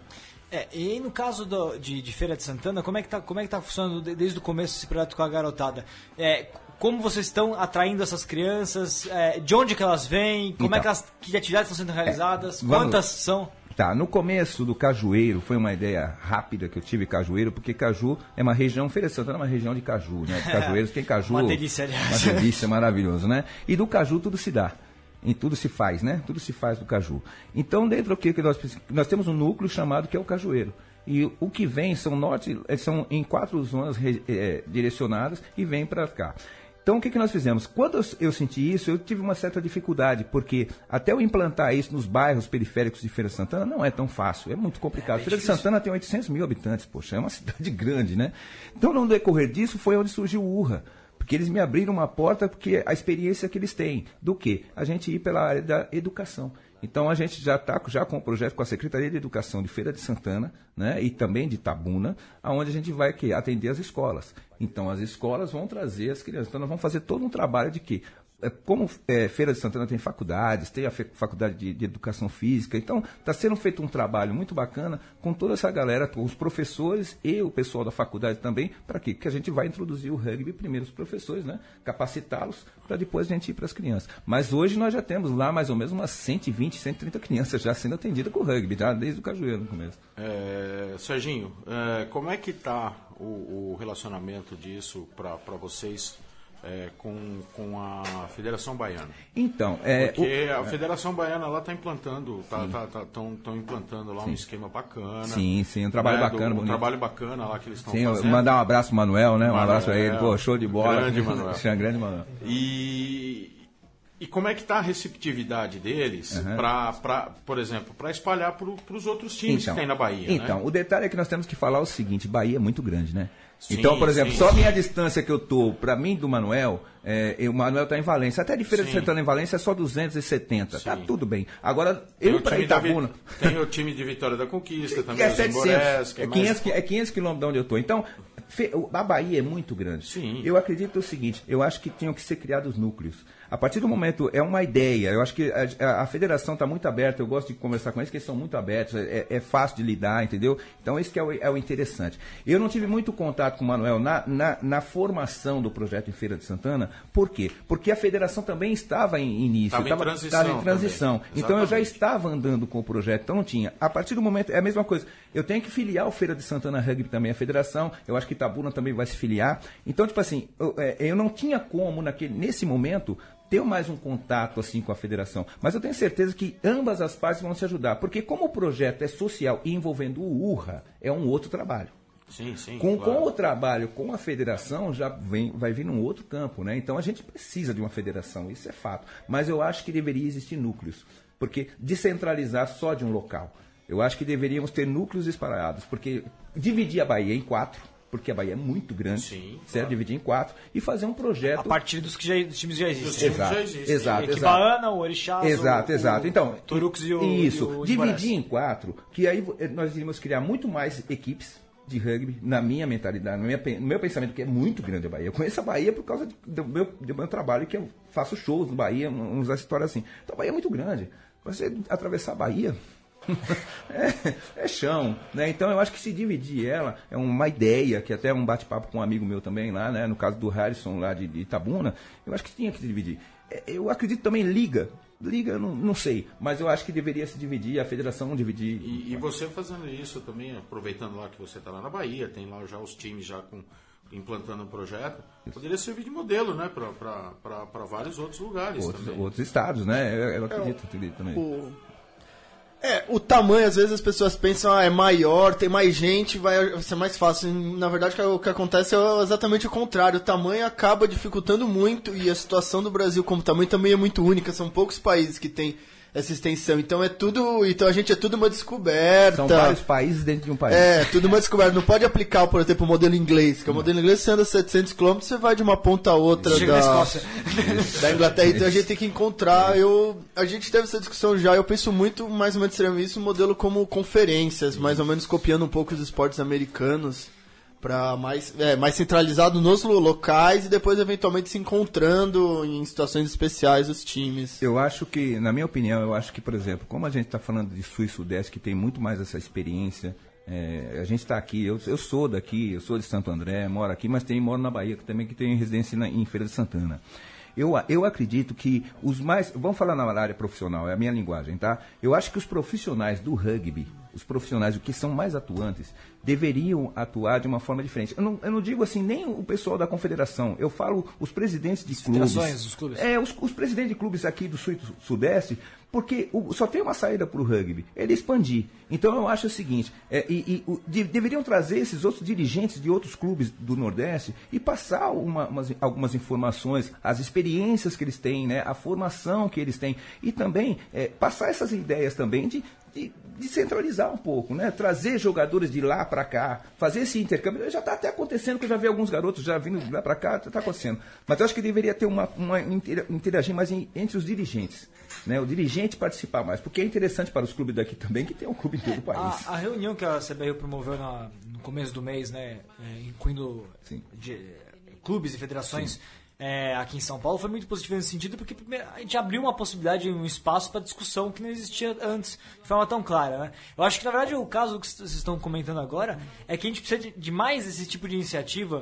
S2: E no caso de Feira de Santana, como é que tá funcionando desde o começo esse projeto com a garotada? Como vocês estão atraindo essas crianças? De onde que elas vêm? Que atividades estão sendo realizadas? Quantas são?
S5: Tá, no começo do Cajueiro, foi uma ideia rápida que eu tive, Cajueiro, porque Caju é uma região, Feira de Santana é uma região de caju, né? De cajueiros tem caju.
S2: Uma delícia, aliás.
S5: Uma delícia, maravilhoso, né? E do caju tudo se dá. Em tudo se faz, né? Tudo se faz do caju. Então, dentro do que nós temos um núcleo chamado que é o Cajueiro. E o que vem são em 4 zonas direcionadas e vem para cá. Então, o que nós fizemos? Quando eu senti isso, eu tive uma certa dificuldade, porque até eu implantar isso nos bairros periféricos de Feira de Santana não é tão fácil, é muito complicado. Feira de Santana tem 800 mil habitantes, poxa, é uma cidade grande, né? Então, no decorrer disso, foi onde surgiu o URRA. Porque eles me abriram uma porta, porque a experiência que eles têm. Do quê? A gente ir pela área da educação. Então, a gente já está com o projeto com a Secretaria de Educação de Feira de Santana, né, e também de Itabuna, onde a gente vai atender as escolas. Então, as escolas vão trazer as crianças. Então, nós vamos fazer todo um trabalho de quê? Como Feira de Santana tem faculdades, tem a faculdade de educação física, então está sendo feito um trabalho muito bacana com toda essa galera, com os professores e o pessoal da faculdade também, para quê? Porque a gente vai introduzir o rugby primeiro os professores, né? Capacitá-los para depois a gente ir para as crianças. Mas hoje nós já temos lá mais ou menos umas 120, 130 crianças já sendo atendidas com o rugby, já desde o Cajueiro no começo.
S7: Serginho, como é que está o relacionamento disso para vocês? Com a Federação Baiana.
S5: Então,
S7: porque a Federação Baiana lá está implantando, estão implantando lá um esquema bacana.
S5: Sim, um trabalho bacana.
S7: Um trabalho bacana lá que eles estão
S5: fazendo. Sim, mandar um abraço pro Manuel, né? Um abraço para ele, pô, show de bola.
S7: Grande Manuel.
S5: Grande Manuel.
S7: E como é que está a receptividade deles por exemplo, para espalhar para os outros times que tem na Bahia?
S5: Então,
S7: né?
S5: O detalhe é que nós temos que falar o seguinte, Bahia é muito grande, né?
S7: Sim,
S5: então, por exemplo, só a minha distância que eu tô, para mim, do Manuel, o Manuel está em Valência. Até de Feira de Santana em Valência é só 270. Tá tudo bem. Agora, eu para Itabuna...
S7: Tem o time de Vitória da Conquista, também
S5: é 700. É 500 quilômetros de onde eu tô. Então, a Bahia é muito grande.
S7: Sim.
S5: Eu acredito o seguinte, eu acho que tinham que ser criados núcleos. A partir do momento, é uma ideia, eu acho que a federação está muito aberta, eu gosto de conversar com eles, porque eles são muito abertos, é fácil de lidar, entendeu? Então, esse que é o interessante. Eu não tive muito contato com o Manuel na formação do projeto em Feira de Santana, por quê? Porque a federação também estava em início, estava em transição. Então, eu já estava andando com o projeto, então não tinha. A partir do momento, é a mesma coisa, eu tenho que filiar o Feira de Santana Rugby também, a federação, eu acho que Itabuna também vai se filiar. Então, tipo assim, eu não tinha como, nesse momento, ter mais um contato assim com a federação. Mas eu tenho certeza que ambas as partes vão se ajudar. Porque como o projeto é social e envolvendo o URRA, é um outro trabalho.
S7: Sim,
S5: com o trabalho com a federação, vai vir num outro campo, né? Então a gente precisa de uma federação, isso é fato. Mas eu acho que deveria existir núcleos. Porque descentralizar só de um local. Eu acho que deveríamos ter núcleos espalhados. Porque dividir a Bahia em 4... porque a Bahia é muito grande, certo? Claro. Dividir em 4 e fazer um projeto...
S2: A partir dos times já existem.
S5: Exato.
S2: Equibaana, o Orixás,
S5: exato. Então,
S2: Turux e o...
S5: Isso, dividir em 4, que aí nós iríamos criar muito mais equipes de rugby, na minha mentalidade, no meu pensamento, que é muito grande a Bahia. Eu conheço a Bahia por causa do meu trabalho, que eu faço shows na Bahia, uns histórias assim. Então a Bahia é muito grande. Você atravessar a Bahia... é chão, né? Então eu acho que se dividir ela é uma ideia, que até um bate-papo com um amigo meu também lá, né? No caso do Harrison lá de Itabuna, eu acho que tinha que se dividir. Eu acredito também Liga, não sei, mas eu acho que deveria se dividir, a federação não dividir.
S7: E você fazendo isso também, aproveitando lá que você está lá na Bahia, tem lá já os times já implantando um projeto, poderia servir de modelo, né, para vários outros lugares também.
S5: Outros estados, né? Eu acredito também.
S4: O tamanho, às vezes as pessoas pensam, é maior, tem mais gente, vai ser mais fácil. Na verdade, o que acontece é exatamente o contrário. O tamanho acaba dificultando muito e a situação do Brasil como tamanho também é muito única. São poucos países que têm essa extensão. Então a gente é tudo uma descoberta.
S5: São vários países dentro de um país.
S4: Tudo uma descoberta. Não pode aplicar, por exemplo, o modelo inglês. Que o modelo inglês, você anda 700 km, você vai de uma ponta a outra da Inglaterra. Então a gente tem que encontrar. A gente teve essa discussão já. Eu penso muito, mais ou menos, seria isso, um modelo como conferências, mais ou menos copiando um pouco os esportes americanos, para mais centralizado nos locais e depois eventualmente se encontrando em situações especiais os times.
S5: Eu acho que, na minha opinião, por exemplo, como a gente está falando de Sul e Sudeste, que tem muito mais essa experiência A gente está aqui, eu sou daqui, eu sou de Santo André, moro aqui, mas moro na Bahia, também que tenho residência em Feira de Santana. Eu acredito que os mais... Vamos falar na área profissional, é a minha linguagem, tá? Eu acho que os profissionais do rugby, os profissionais que são mais atuantes, deveriam atuar de uma forma diferente. Eu não digo assim, nem o pessoal da confederação. Eu falo os presidentes de clubes.
S2: Os clubes.
S5: Os presidentes de clubes aqui do Sul e do Sudeste, porque só tem uma saída para o rugby, ele expandir. Então eu acho o seguinte, deveriam trazer esses outros dirigentes de outros clubes do Nordeste e passar algumas informações, as experiências que eles têm, né, a formação que eles têm, e também passar essas ideias também de centralizar um pouco, né? Trazer jogadores de lá para cá, fazer esse intercâmbio. Já está até acontecendo, que eu já vi alguns garotos já vindo de lá para cá, está acontecendo. Mas eu acho que deveria ter uma interagir mais entre os dirigentes, né? O dirigente participar mais, porque é interessante para os clubes daqui também, que tem um clube em todo o país.
S2: A reunião que a CBRU promoveu no começo do mês, né, incluindo clubes e federações, sim, aqui em São Paulo, foi muito positivo nesse sentido, porque a gente abriu uma possibilidade, um espaço para discussão que não existia antes, de forma tão clara, né? Eu acho que, na verdade, o caso que vocês estão comentando agora é que a gente precisa de mais esse tipo de iniciativa,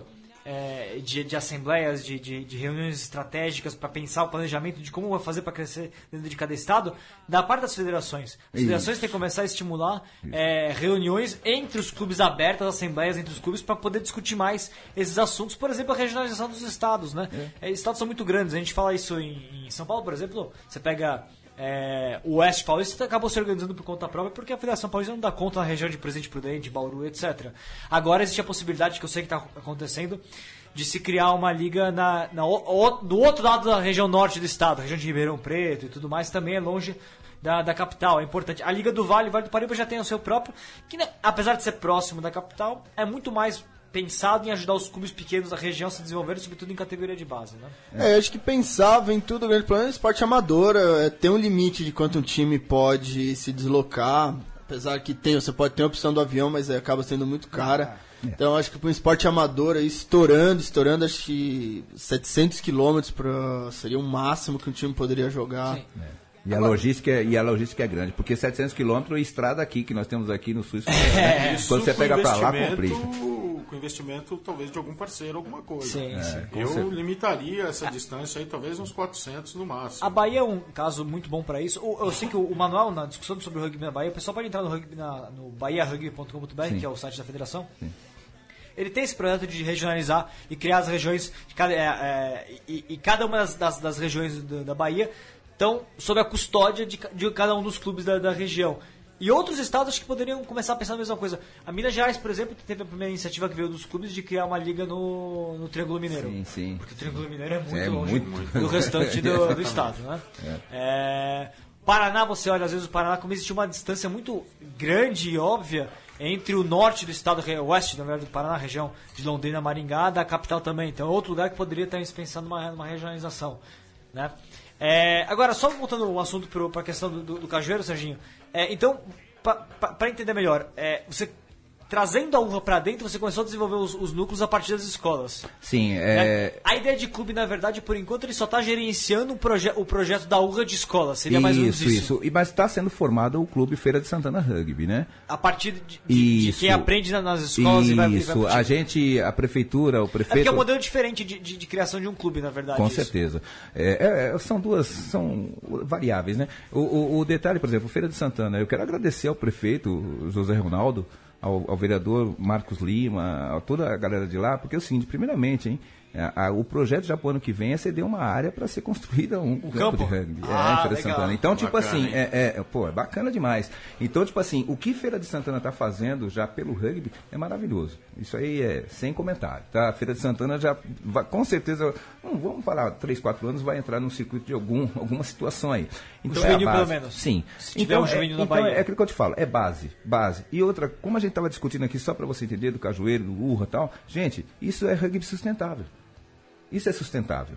S2: de assembleias, de reuniões estratégicas para pensar o planejamento de como vai fazer para crescer dentro de cada estado, da parte das federações. As federações têm que começar a estimular reuniões entre os clubes abertas, assembleias entre os clubes, para poder discutir mais esses assuntos. Por exemplo, a regionalização dos estados, né? Estados são muito grandes, a gente fala isso em São Paulo, por exemplo, você pega... o Oeste Paulista acabou se organizando por conta própria porque a Federação Paulista não dá conta na região de Presidente Prudente, Bauru, etc. Agora existe a possibilidade, que eu sei que está acontecendo, de se criar uma liga do outro lado da região norte do estado, a região de Ribeirão Preto e tudo mais, também é longe da capital, é importante. A Liga do Vale do Paraíba já tem o seu próprio, que apesar de ser próximo da capital, é muito mais pensado em ajudar os clubes pequenos da região a se desenvolverem, sobretudo em categoria de base, né?
S4: Acho que pensava em tudo, o grande problema é o esporte amador, tem um limite de quanto um time pode se deslocar, apesar que você pode ter a opção do avião, mas acaba sendo muito cara. Então acho que para um esporte amador, estourando, acho que 700 quilômetros seria o máximo que um time poderia jogar. Sim.
S5: E a logística é grande, porque 700 quilômetros é estrada aqui, que nós temos aqui no Sul. Quando você pega para lá, complica.
S7: Com investimento talvez de algum parceiro, alguma coisa.
S2: Sim.
S7: Eu limitaria essa distância aí talvez uns 400 no máximo.
S2: A Bahia é um caso muito bom para isso. Eu sei que o Manuel, na discussão sobre o rugby na Bahia, o pessoal pode entrar no bahiarugby.com.br, que é o site da federação. Sim. Ele tem esse projeto de regionalizar e criar as regiões de cada uma das regiões da Bahia estão sob a custódia de cada um dos clubes da região. E outros estados acho que poderiam começar a pensar a mesma coisa. A Minas Gerais, por exemplo, teve a primeira iniciativa que veio dos clubes de criar uma liga no Triângulo Mineiro.
S5: Sim.
S2: Porque o Triângulo Mineiro é muito longe do restante do estado, né? Paraná, você olha, às vezes o Paraná, como existe uma distância muito grande e óbvia entre o norte do estado, o oeste, na verdade, do Paraná, a região de Londrina, Maringá, da capital também. Então é outro lugar que poderia estar pensando numa regionalização, né? Agora, só voltando o assunto para a questão do cajueiro, Serginho. Então, para entender melhor, você trazendo a uva para dentro, você começou a desenvolver os núcleos a partir das escolas.
S5: Sim.
S2: A ideia de clube, na verdade, por enquanto, ele só está gerenciando o projeto da urra de escola. Seria mais ou menos isso.
S5: Mas está sendo formado o Clube Feira de Santana Rugby, né?
S2: A partir de quem aprende nas escolas e vai
S5: a prefeitura, o prefeito...
S2: porque é um modelo diferente de criação de um clube, na verdade.
S5: Com certeza. São variáveis, né? O detalhe, por exemplo, Feira de Santana, eu quero agradecer ao prefeito José Ronaldo, ao vereador Marcos Lima, a toda a galera de lá, porque é o seguinte, primeiramente, hein, o projeto já para o ano que vem é ceder uma área para ser construída um campo de rugby em Feira de Santana. Então, tipo bacana, assim, é bacana demais. Então, tipo assim, o que Feira de Santana está fazendo já pelo rugby é maravilhoso. Isso aí é sem comentário, tá? A Feira de Santana já vai, com certeza, vamos falar, 3, 4 anos vai entrar no circuito de alguma situação aí. Então,
S2: o juvenil, pelo menos.
S5: Sim.
S2: Se tiver um juvenil na Bahia.
S5: É aquilo que eu te falo, é base. E outra, como a gente estava discutindo aqui, só para você entender, do cajueiro, do urra e tal, gente, isso é rugby sustentável. Isso é sustentável.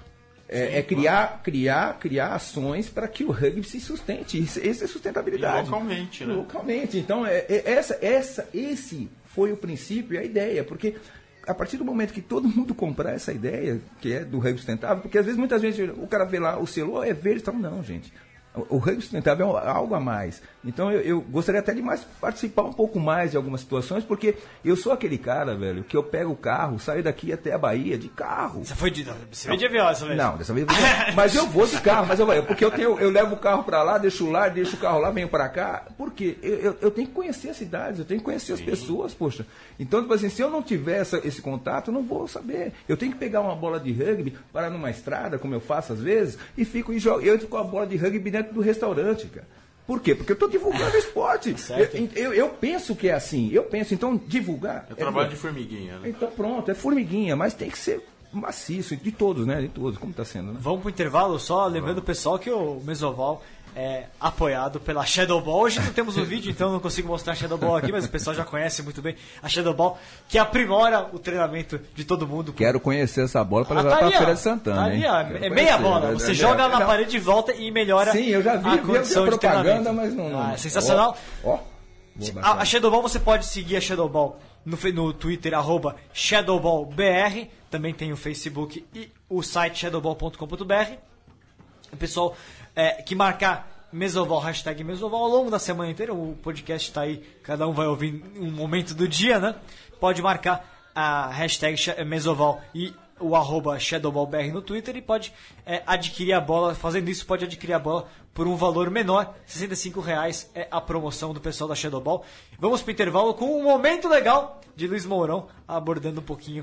S5: Criar ações para que o rugby se sustente. Isso é sustentabilidade.
S7: E localmente, né?
S5: Localmente. Então, esse foi o princípio e a ideia. Porque a partir do momento que todo mundo comprar essa ideia, que é do rugby sustentável, porque às vezes, muitas vezes, o cara vê lá o selo, é verde e tal. Não, gente. O rugby sustentável é algo a mais. Então eu gostaria até de participar um pouco mais de algumas situações, porque eu sou aquele cara, velho, que eu pego o carro, saio daqui até a Bahia de carro.
S2: Você veio de avião dessa vez?
S5: Não, dessa vez mas eu vou de carro, porque eu levo o carro para lá, deixo o carro lá, venho para cá. Por quê? Eu tenho que conhecer as cidades, eu tenho que conhecer as pessoas, poxa. Então, tipo assim, se eu não tiver esse contato, eu não vou saber. Eu tenho que pegar uma bola de rugby, parar numa estrada, como eu faço às vezes, e eu entro com a bola de rugby dentro do restaurante, cara. Por quê? Porque eu estou divulgando esporte. Eu penso que é assim. Então, divulgar...
S7: É trabalho de formiguinha, né?
S5: Então, pronto, é formiguinha, mas tem que ser maciço, de todos, né? De todos, como está sendo, né?
S2: Vamos pro intervalo, só lembrando o pessoal que o Mesoval é apoiado pela Shadow Ball. Hoje não temos o vídeo, então não consigo mostrar a Shadow Ball aqui, mas o pessoal já conhece muito bem a Shadow Ball, que aprimora o treinamento de todo mundo.
S5: Quero conhecer essa bola para levar para a Feira de Santana.
S2: É meia bola, você joga na parede de volta e melhora.
S5: Sim, eu já vi
S2: a condição de
S5: propaganda, mas não.
S2: É sensacional. A Shadow Ball, você pode seguir a Shadow Ball no Twitter, @ShadowBallBR. Também tem o Facebook e o site shadowball.com.br. O pessoal que marcar Mesoval, hashtag Mesoval, ao longo da semana inteira, o podcast está aí, cada um vai ouvir um momento do dia, né? Pode marcar a hashtag Mesoval e o @ShadowballBR no Twitter e pode adquirir a bola. Fazendo isso, pode adquirir a bola por um valor menor. R$65 é a promoção do pessoal da Shadow Ball. Vamos para o intervalo com um momento legal de Luiz Mourão, abordando um pouquinho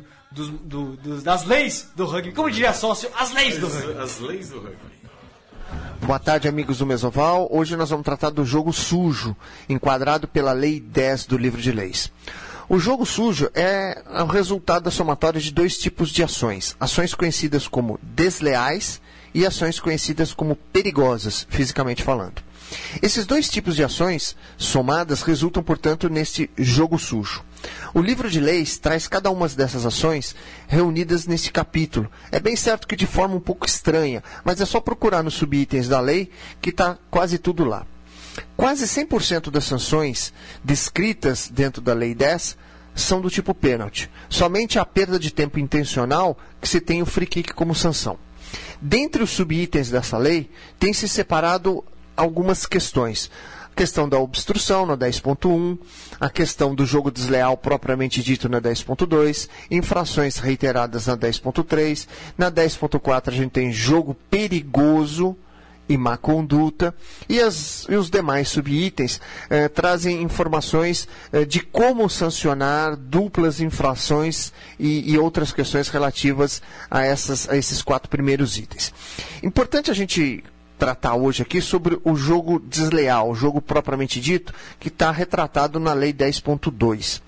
S2: das leis do rugby. Como diria sócio, as leis do rugby.
S7: As leis do rugby.
S11: Boa tarde, amigos do Mesoval. Hoje nós vamos tratar do jogo sujo, enquadrado pela Lei 10 do Livro de Leis. O jogo sujo é o resultado da somatória de dois tipos de ações. Ações conhecidas como desleais e ações conhecidas como perigosas, fisicamente falando. Esses dois tipos de ações somadas resultam, portanto, neste jogo sujo. O livro de leis traz cada uma dessas ações reunidas nesse capítulo. É bem certo que de forma um pouco estranha, mas é só procurar nos subitens da lei que está quase tudo lá. Quase 100% das sanções descritas dentro da Lei 10 são do tipo pênalti. Somente a perda de tempo intencional que se tem o free kick como sanção. Dentre os subitens dessa lei, tem se separado algumas questões. A questão da obstrução na 10.1, a questão do jogo desleal propriamente dito na 10.2, infrações reiteradas na 10.3, na 10.4 a gente tem jogo perigoso e má conduta, e os demais subitens trazem informações de como sancionar duplas infrações e outras questões relativas a esses quatro primeiros itens. Importante a gente tratar hoje aqui sobre o jogo desleal, o jogo propriamente dito, que está retratado na Lei 10.2.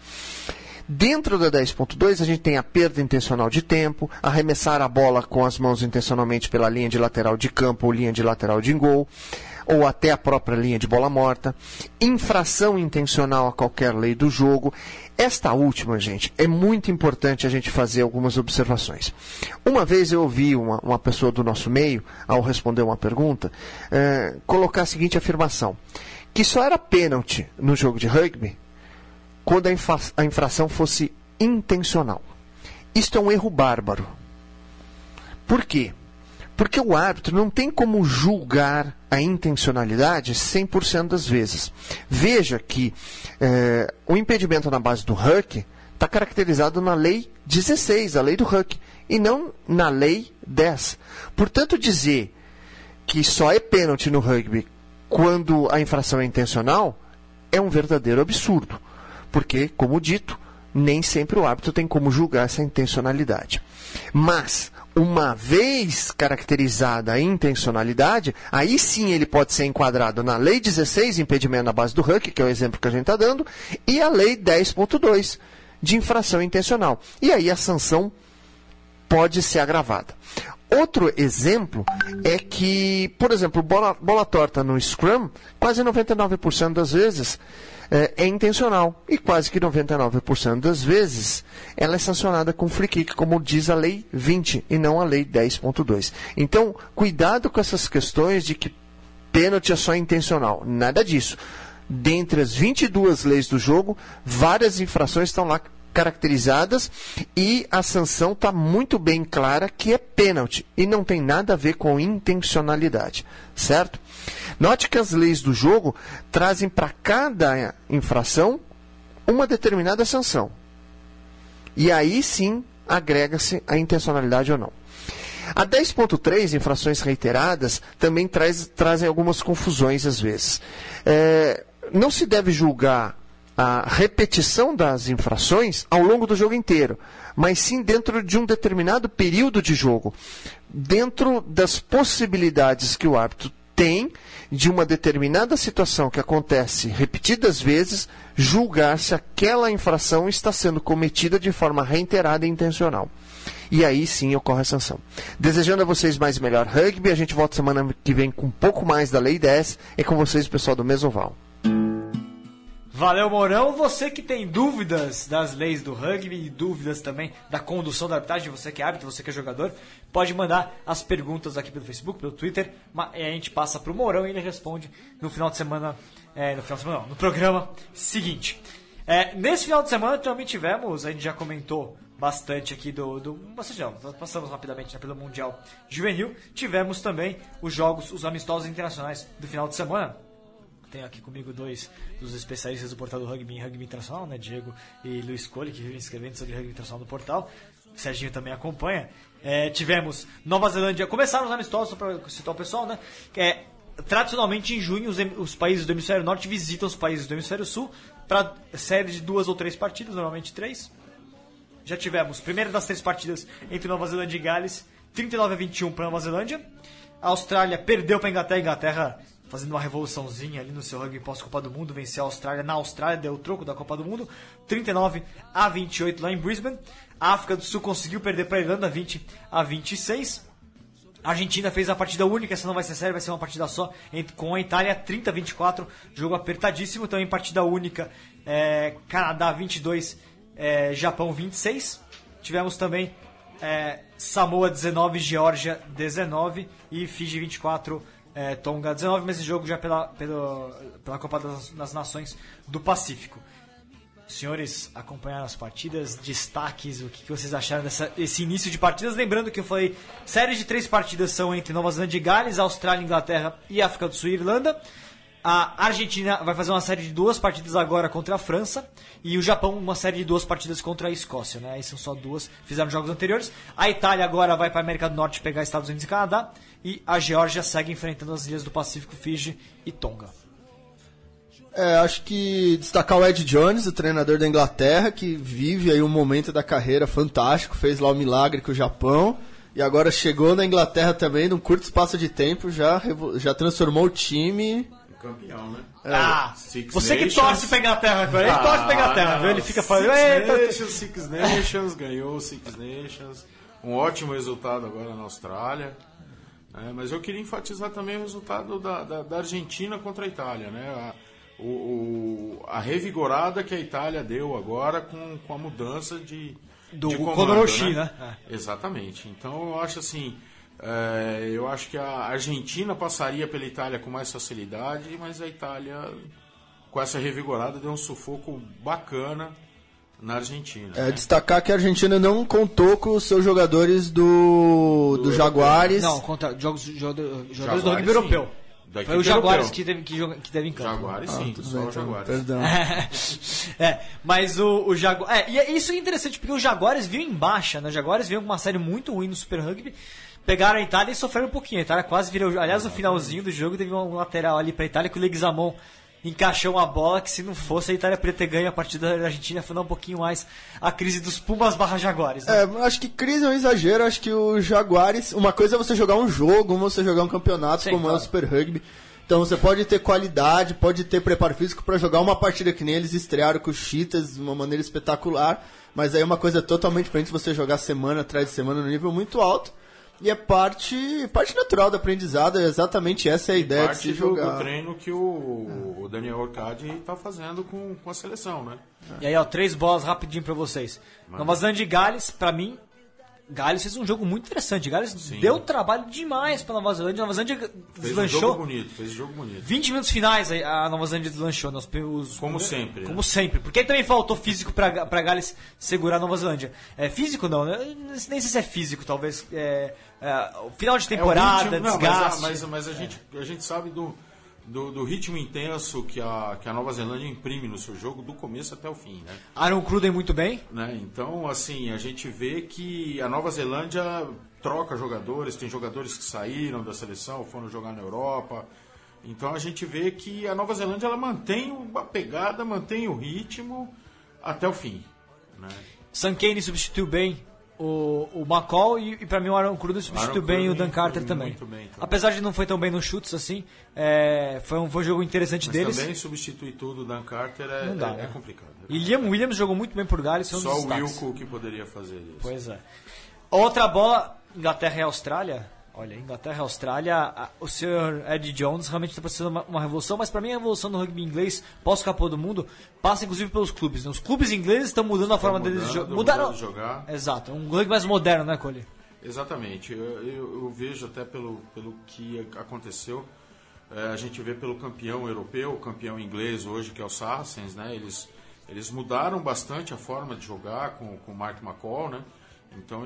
S11: Dentro da 10.2, a gente tem a perda intencional de tempo, arremessar a bola com as mãos intencionalmente pela linha de lateral de campo ou linha de lateral de gol, ou até a própria linha de bola morta, infração intencional a qualquer lei do jogo. Esta última, gente, é muito importante a gente fazer algumas observações. Uma vez eu ouvi uma pessoa do nosso meio, ao responder uma pergunta, colocar a seguinte afirmação, que só era pênalti no jogo de rugby quando a infração fosse intencional. Isto é um erro bárbaro. Por quê? Porque o árbitro não tem como julgar a intencionalidade 100% das vezes. Veja que o impedimento na base do Huck está caracterizado na Lei 16, a Lei do Huck, e não na Lei 10. Portanto, dizer que só é pênalti no rugby quando a infração é intencional é um verdadeiro absurdo. Porque, como dito, nem sempre o árbitro tem como julgar essa intencionalidade. Mas, uma vez caracterizada a intencionalidade, aí sim ele pode ser enquadrado na Lei 16, impedimento na base do Huck, que é o exemplo que a gente está dando, e a Lei 10.2, de infração intencional. E aí a sanção pode ser agravada. Outro exemplo é que, por exemplo, bola torta no Scrum, quase 99% das vezes é intencional. E quase que 99% das vezes ela é sancionada com free kick, como diz a Lei 20 e não a Lei 10.2. Então, cuidado com essas questões de que pênalti é só intencional. Nada disso. Dentre as 22 leis do jogo, várias infrações estão lá caracterizadas e a sanção está muito bem clara que é pênalti e não tem nada a ver com intencionalidade, certo? Note que as leis do jogo trazem para cada infração uma determinada sanção. E aí sim agrega-se a intencionalidade ou não. A 10.3, infrações reiteradas, também trazem algumas confusões às vezes. Não se deve julgar a repetição das infrações ao longo do jogo inteiro, mas sim dentro de um determinado período de jogo, dentro das possibilidades que o árbitro tem de uma determinada situação que acontece repetidas vezes, julgar se aquela infração está sendo cometida de forma reiterada e intencional. E aí sim ocorre a sanção. Desejando a vocês mais e melhor rugby, a gente volta semana que vem com um pouco mais da Lei 10 e com vocês o pessoal do Mesoval.
S2: Valeu, Mourão. Você que tem dúvidas das leis do rugby e dúvidas também da condução da arbitragem, você que é árbitro, você que é jogador, pode mandar as perguntas aqui pelo Facebook, pelo Twitter, e a gente passa pro Mourão e ele responde no final de semana, no programa seguinte. Nesse final de semana também tivemos, a gente já comentou bastante aqui passamos rapidamente pelo Mundial Juvenil, tivemos também os amistosos internacionais do final de semana. Tenho aqui comigo dois dos especialistas do portal do Rugby em Rugby Internacional, né? Diego e Luiz Cole, que vivem escrevendo sobre Rugby Internacional no portal. O Serginho também acompanha. Tivemos Nova Zelândia, começaram os amistosos, só para citar o pessoal, né? Tradicionalmente em junho os países do Hemisfério Norte visitam os países do Hemisfério Sul para série de 2 ou 3 partidas, normalmente 3. Já tivemos, primeira das 3 partidas entre Nova Zelândia e Gales, 39-21 para Nova Zelândia. A Austrália perdeu para a Inglaterra fazendo uma revoluçãozinha ali no seu rugby pós-Copa do Mundo, venceu a Austrália na Austrália, deu o troco da Copa do Mundo, 39-28 lá em Brisbane. A África do Sul conseguiu perder para a Irlanda, 20-26. A Argentina fez a partida única, essa não vai ser série, vai ser uma partida só, com a Itália, 30-24, jogo apertadíssimo, também partida única, Canadá 22, Japão 26. Tivemos também Samoa 19, Geórgia 19 e Fiji 24, Tonga 19, mas esse jogo já pela Copa das Nações do Pacífico. Senhores, acompanharam as partidas, destaques, o que vocês acharam desse início de partidas? Lembrando que eu falei, séries de 3 partidas são entre Nova Zelândia e Gales, Austrália, Inglaterra e África do Sul e Irlanda. A Argentina vai fazer uma série de 2 partidas agora contra a França. E o Japão uma série de 2 partidas contra a Escócia, né? Aí são só 2, fizeram jogos anteriores. A Itália agora vai para a América do Norte pegar Estados Unidos e Canadá. E a Geórgia segue enfrentando as ilhas do Pacífico, Fiji e Tonga.
S4: Acho que destacar o Ed Jones, o treinador da Inglaterra, que vive aí um momento da carreira fantástico, fez lá o milagre com o Japão. E agora chegou na Inglaterra também, num curto espaço de tempo, já transformou o time...
S7: Campeão, né?
S2: Você que torce pra Inglaterra agora, ele torce pra Inglaterra, viu? Ele fica falando...
S7: Six Nations, ganhou o Six Nations, um ótimo resultado agora na Austrália, mas eu queria enfatizar também o resultado da Argentina contra a Itália, né? A revigorada que a Itália deu agora com a mudança de
S2: Kodoroshi, né?
S7: Exatamente, então eu acho assim... eu acho que a Argentina passaria pela Itália com mais facilidade, mas a Itália, com essa revigorada, deu um sufoco bacana na Argentina.
S4: Destacar que a Argentina não contou com os seus jogadores do Jaguares.
S2: Não, contra jogadores do rugby europeu. Foi o Jaguares que teve em campo.
S7: Jaguares, sim, só o Jaguares.
S4: Perdão.
S2: Mas o Jaguares... e isso é interessante, porque o Jaguares veio em baixa, né? O Jaguares veio com uma série muito ruim no Super Rugby. Pegaram a Itália e sofreram um pouquinho. A Itália quase virou... Aliás, no finalzinho do jogo teve um lateral ali pra Itália que o Leguizamon encaixou uma bola que, se não fosse, a Itália poderia ter ganho a partida da Argentina, foi dar um pouquinho mais a crise dos Pumas / Jaguares. Né?
S4: Acho que crise é um exagero. Acho que o Jaguares... Uma coisa é você jogar um jogo, uma é você jogar um campeonato, como claro. É o Super Rugby. Então você pode ter qualidade, pode ter preparo físico para jogar uma partida que nem eles estrearam com os Cheetahs de uma maneira espetacular, mas aí é uma coisa totalmente diferente você jogar semana atrás de semana no nível muito alto. E é parte natural do aprendizado, é exatamente essa a ideia de se jogar.
S7: Parte do treino que o Daniel Orcadi está fazendo com a seleção, né?
S2: E aí, 3 bolas rapidinho para vocês. Nova Zelândia e Gales, para mim, Gales fez um jogo muito interessante. Gales deu trabalho demais pra Nova Zelândia. A Nova Zelândia deslanchou.
S7: Fez um jogo bonito.
S2: 20 minutos finais a Nova Zelândia deslanchou.
S7: Como sempre.
S2: Como sempre. Porque também faltou físico pra Gales segurar a Nova Zelândia. Físico não, né? Nem sei se é físico, talvez. O final de temporada, desgaste.
S7: Mas a gente sabe do ritmo intenso que a Nova Zelândia imprime no seu jogo do começo até o fim, né?
S2: Aaron Cruden muito bem.
S7: Né? Então, assim, a gente vê que a Nova Zelândia troca jogadores, tem jogadores que saíram da seleção, foram jogar na Europa. Então a gente vê que a Nova Zelândia ela mantém a pegada, mantém o ritmo até o fim. Né?
S2: Sam Cane substituiu bem o McCall e pra mim o Aaron Cruden substituiu bem o Dan Carter também. Apesar de não foi tão bem nos chutes assim, foi um jogo interessante deles.
S7: Mas também substituir tudo o Dan Carter é complicado.
S2: E Liam Williams jogou muito bem por Gales.
S7: Só o Wilco que poderia fazer isso.
S2: Pois é. Outra bola, Inglaterra e Austrália. Olha, Inglaterra e Austrália, o Sr. Ed Jones realmente está precisando de uma revolução, mas para mim a revolução do rugby inglês, pós-Capô do Mundo, passa inclusive pelos clubes. Né? Os clubes ingleses estão mudando a forma deles de
S7: jogar.
S2: Exato, um rugby mais moderno, né, Cole?
S7: Exatamente. Eu vejo até pelo que aconteceu, a gente vê pelo campeão europeu, o campeão inglês hoje, que é o Saracens, né? Eles mudaram bastante a forma de jogar com o Mark McCall, né? Então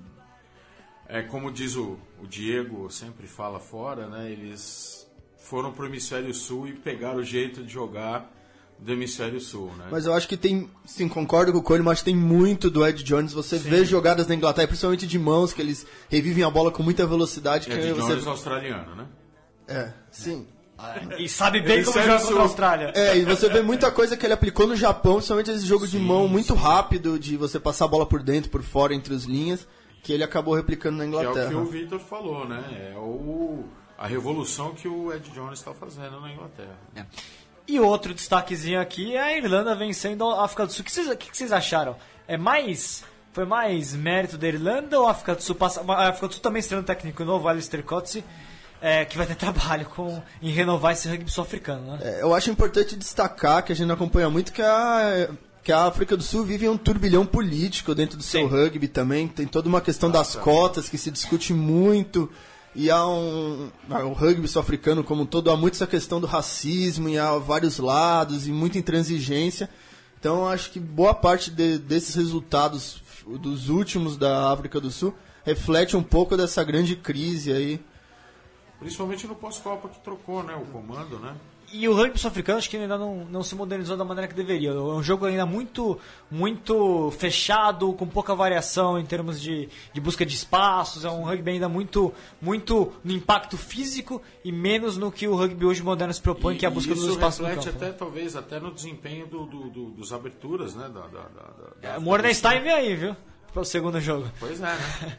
S7: como diz o Diego, sempre fala fora, né? Eles foram para o Hemisfério Sul e pegaram o jeito de jogar do Hemisfério Sul, né?
S4: Mas eu acho que tem, sim, concordo com o Cole, mas tem muito do Ed Jones. Você vê jogadas da Inglaterra, principalmente de mãos, que eles revivem a bola com muita velocidade.
S7: Ed Jones australiano, né?
S4: Sim.
S2: E sabe bem como joga contra a Austrália.
S4: E você vê muita coisa que ele aplicou no Japão, principalmente esse jogo de mão muito rápido, de você passar a bola por dentro, por fora, entre as linhas, que ele acabou replicando na Inglaterra.
S7: Que é o que o Victor falou, né? A revolução que o Ed Jones está fazendo na Inglaterra.
S2: E outro destaquezinho aqui é a Irlanda vencendo a África do Sul. O que vocês acharam? Foi mais mérito da Irlanda ou a África do Sul? A África do Sul também estreando um técnico novo, Alistair Coetzee, que vai ter trabalho em renovar esse rugby sul-africano, né?
S4: Eu acho importante destacar, que a gente acompanha muito, que a África do Sul vive um turbilhão político dentro do seu rugby também. Tem toda uma questão das cotas que se discute muito. E o rugby sul-africano como um todo, há muito essa questão do racismo, e há vários lados, e muita intransigência. Então acho que boa parte desses resultados dos últimos da África do Sul reflete um pouco dessa grande crise aí.
S7: Principalmente no pós-Copa que trocou, né, o comando, né?
S2: E o rugby sul-africano acho que ainda não se modernizou da maneira que deveria. É um jogo ainda muito, muito fechado, com pouca variação em termos de busca de espaços. É um rugby ainda muito, muito no impacto físico e menos no que o rugby hoje moderno se propõe, que é a busca dos espaços no campo.
S7: Isso reflete talvez até no desempenho dos aberturas, né?
S2: O Mordenstein vem aí, viu? Para o segundo jogo.
S7: Pois é,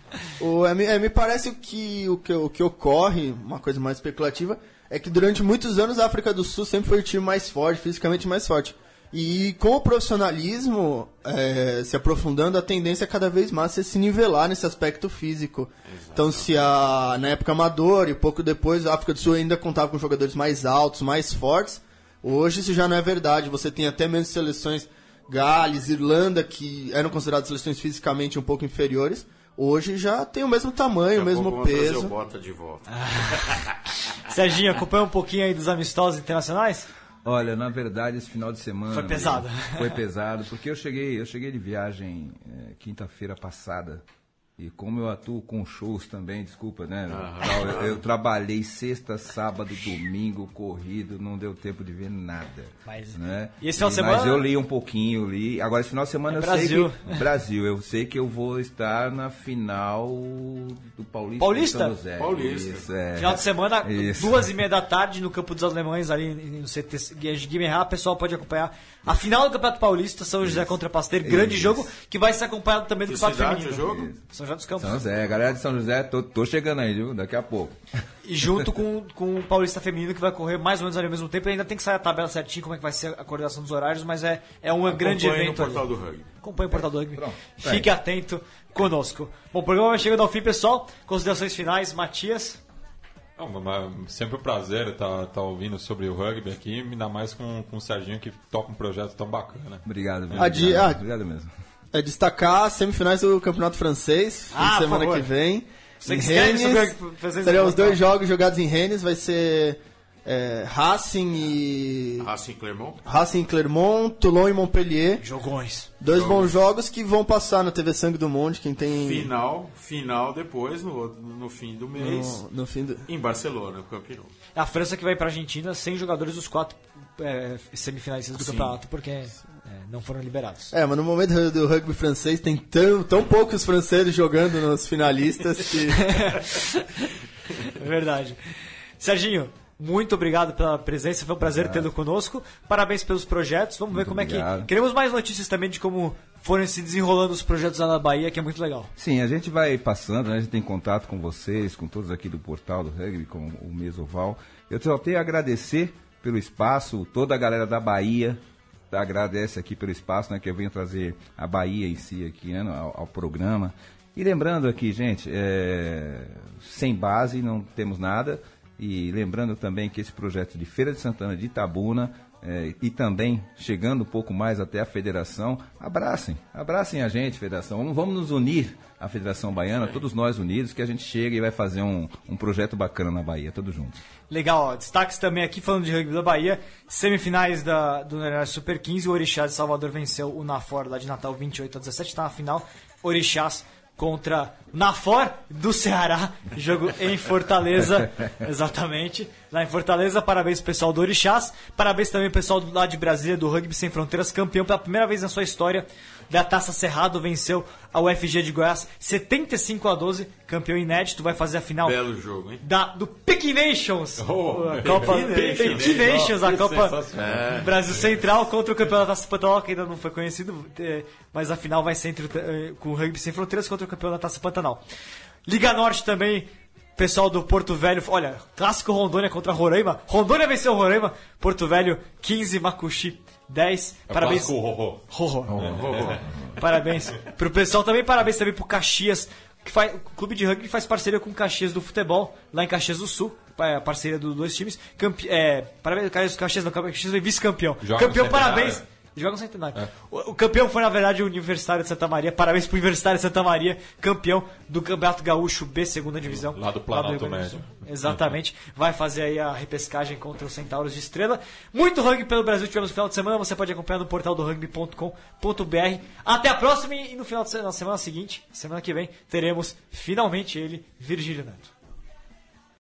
S7: né?
S4: Me parece que o que ocorre, uma coisa mais especulativa, é que durante muitos anos a África do Sul sempre foi o time mais forte, fisicamente mais forte. E com o profissionalismo se aprofundando, a tendência é cada vez mais se nivelar nesse aspecto físico. Exatamente. Então, se na época amador e pouco depois a África do Sul ainda contava com jogadores mais altos, mais fortes, hoje isso já não é verdade. Você tem até menos seleções, Gales, Irlanda, que eram consideradas seleções fisicamente um pouco inferiores. Hoje já tem o mesmo tamanho, o mesmo peso.
S7: Trazer o Bota de volta.
S2: Serginho, acompanha um pouquinho aí dos amistosos internacionais?
S5: Olha, na verdade, esse final de semana...
S2: Foi pesado.
S5: Foi pesado, porque eu cheguei de viagem quinta-feira passada. E como eu atuo com shows também, desculpa, né? Eu trabalhei sexta, sábado, domingo, corrido, não deu tempo de ver nada. Né?
S2: E esse final de semana?
S5: Mas eu li um pouquinho, Agora, esse final de semana
S2: Brasil.
S5: Eu sei que eu vou estar na final do Paulista.
S2: Paulista?
S5: Isso,
S2: Final de semana, 2h30 da tarde, no Campo dos Alemães, ali no CT Guimarães, o pessoal pode acompanhar a final do Campeonato Paulista, São José contra Pasteiro, grande jogo, que vai ser acompanhado também do Campeonato Feminino.
S7: Jogo?
S2: São José dos Campos.
S5: São José, galera de São José, tô chegando aí, viu? Daqui a pouco.
S2: E junto com o Paulista Feminino, que vai correr mais ou menos ali ao mesmo tempo. Ainda tem que sair a tabela certinho, como é que vai ser a coordenação dos horários, mas é um grande evento. Acompanhe o Portal do Rugby. Fique atento conosco. Bom, o programa vai chegando ao fim, pessoal. Considerações finais, Matias.
S3: Sempre um prazer estar ouvindo sobre o rugby aqui, ainda mais com o Serginho, que toca um projeto tão bacana.
S5: Obrigado,
S3: viu?
S5: Obrigado mesmo.
S4: destacar as semifinais do Campeonato Francês, semana que vem. Em Rennes, teremos 2 jogos jogados em Rennes, vai ser Racing e... Racing Clermont, Toulon e Montpellier.
S2: Jogões.
S4: 2 bons jogos que vão passar na TV Sangue do Monde, quem tem...
S7: Final depois, no fim do mês, em Barcelona, o campeão.
S2: A França que vai pra Argentina sem jogadores dos 4 semifinalistas do campeonato, porque não foram liberados.
S4: Mas no momento do rugby francês tem tão poucos franceses jogando nos finalistas que...
S2: É verdade. Serginho, muito obrigado pela presença, foi um prazer tê-lo conosco. Parabéns pelos projetos. Vamos ver como é que... Queremos mais notícias também de como foram se desenrolando os projetos lá na Bahia, que é muito legal.
S5: Sim, a gente vai passando, né? A gente tem contato com vocês, com todos aqui do portal do rugby, com o Mesoval. Eu só tenho a agradecer pelo espaço, toda a galera da Bahia agradece aqui pelo espaço, né? Que eu venho trazer a Bahia em si aqui, né, ao programa. E lembrando aqui, gente, sem base não temos nada. E lembrando também que esse projeto de Feira de Santana de Itabuna e também chegando um pouco mais até a federação, abracem a gente, federação. Vamos nos unir à Federação Baiana, todos nós unidos, que a gente chega e vai fazer um projeto bacana na Bahia, todos juntos.
S2: Legal, destaques também aqui, falando de rugby da Bahia, semifinais do Neymar Super 15, o Orixás de Salvador venceu o Nafor lá de Natal 28-17, está na final, Orixás contra Nafor do Ceará, jogo em Fortaleza, exatamente, lá em Fortaleza. Parabéns pro pessoal do Orixás, parabéns também pro pessoal lá de Brasília, do Rugby Sem Fronteiras, campeão pela primeira vez na sua história da Taça Cerrado, venceu a UFG de Goiás 75-12, campeão inédito, vai fazer a final.
S7: Belo jogo, hein?
S2: Do Pick Nations, a Copa Pick Nations, a Copa Brasil Central contra o campeão da Taça Pantanal, que ainda não foi conhecido, mas a final vai ser com o Rugby Sem Fronteiras contra o campeão da Taça Pantanal. Liga Norte também, pessoal do Porto Velho, olha, clássico Rondônia contra Roraima. Rondônia venceu o Roraima, Porto Velho 15, Macuxi 10. Parabéns. Parabéns pro pessoal também, parabéns também pro Caxias, o clube de rugby faz parceria com o Caxias do futebol, lá em Caxias do Sul, parceria dos 2 times. Parabéns, Caxias é vice-campeão. Campeão, parabéns. Joga no Centenário. O campeão foi, na verdade, o Universitário de Santa Maria. Parabéns pro Universitário de Santa Maria, campeão do Campeonato Gaúcho B, 2ª divisão.
S3: Lá do Planalto Médio.
S2: Exatamente. Vai fazer aí a repescagem contra os Centauros de Estrela. Muito rugby pelo Brasil tivemos no final de semana. Você pode acompanhar no portal do rugby.com.br. Até a próxima e no final na semana seguinte, semana que vem, teremos finalmente ele, Virgílio Neto.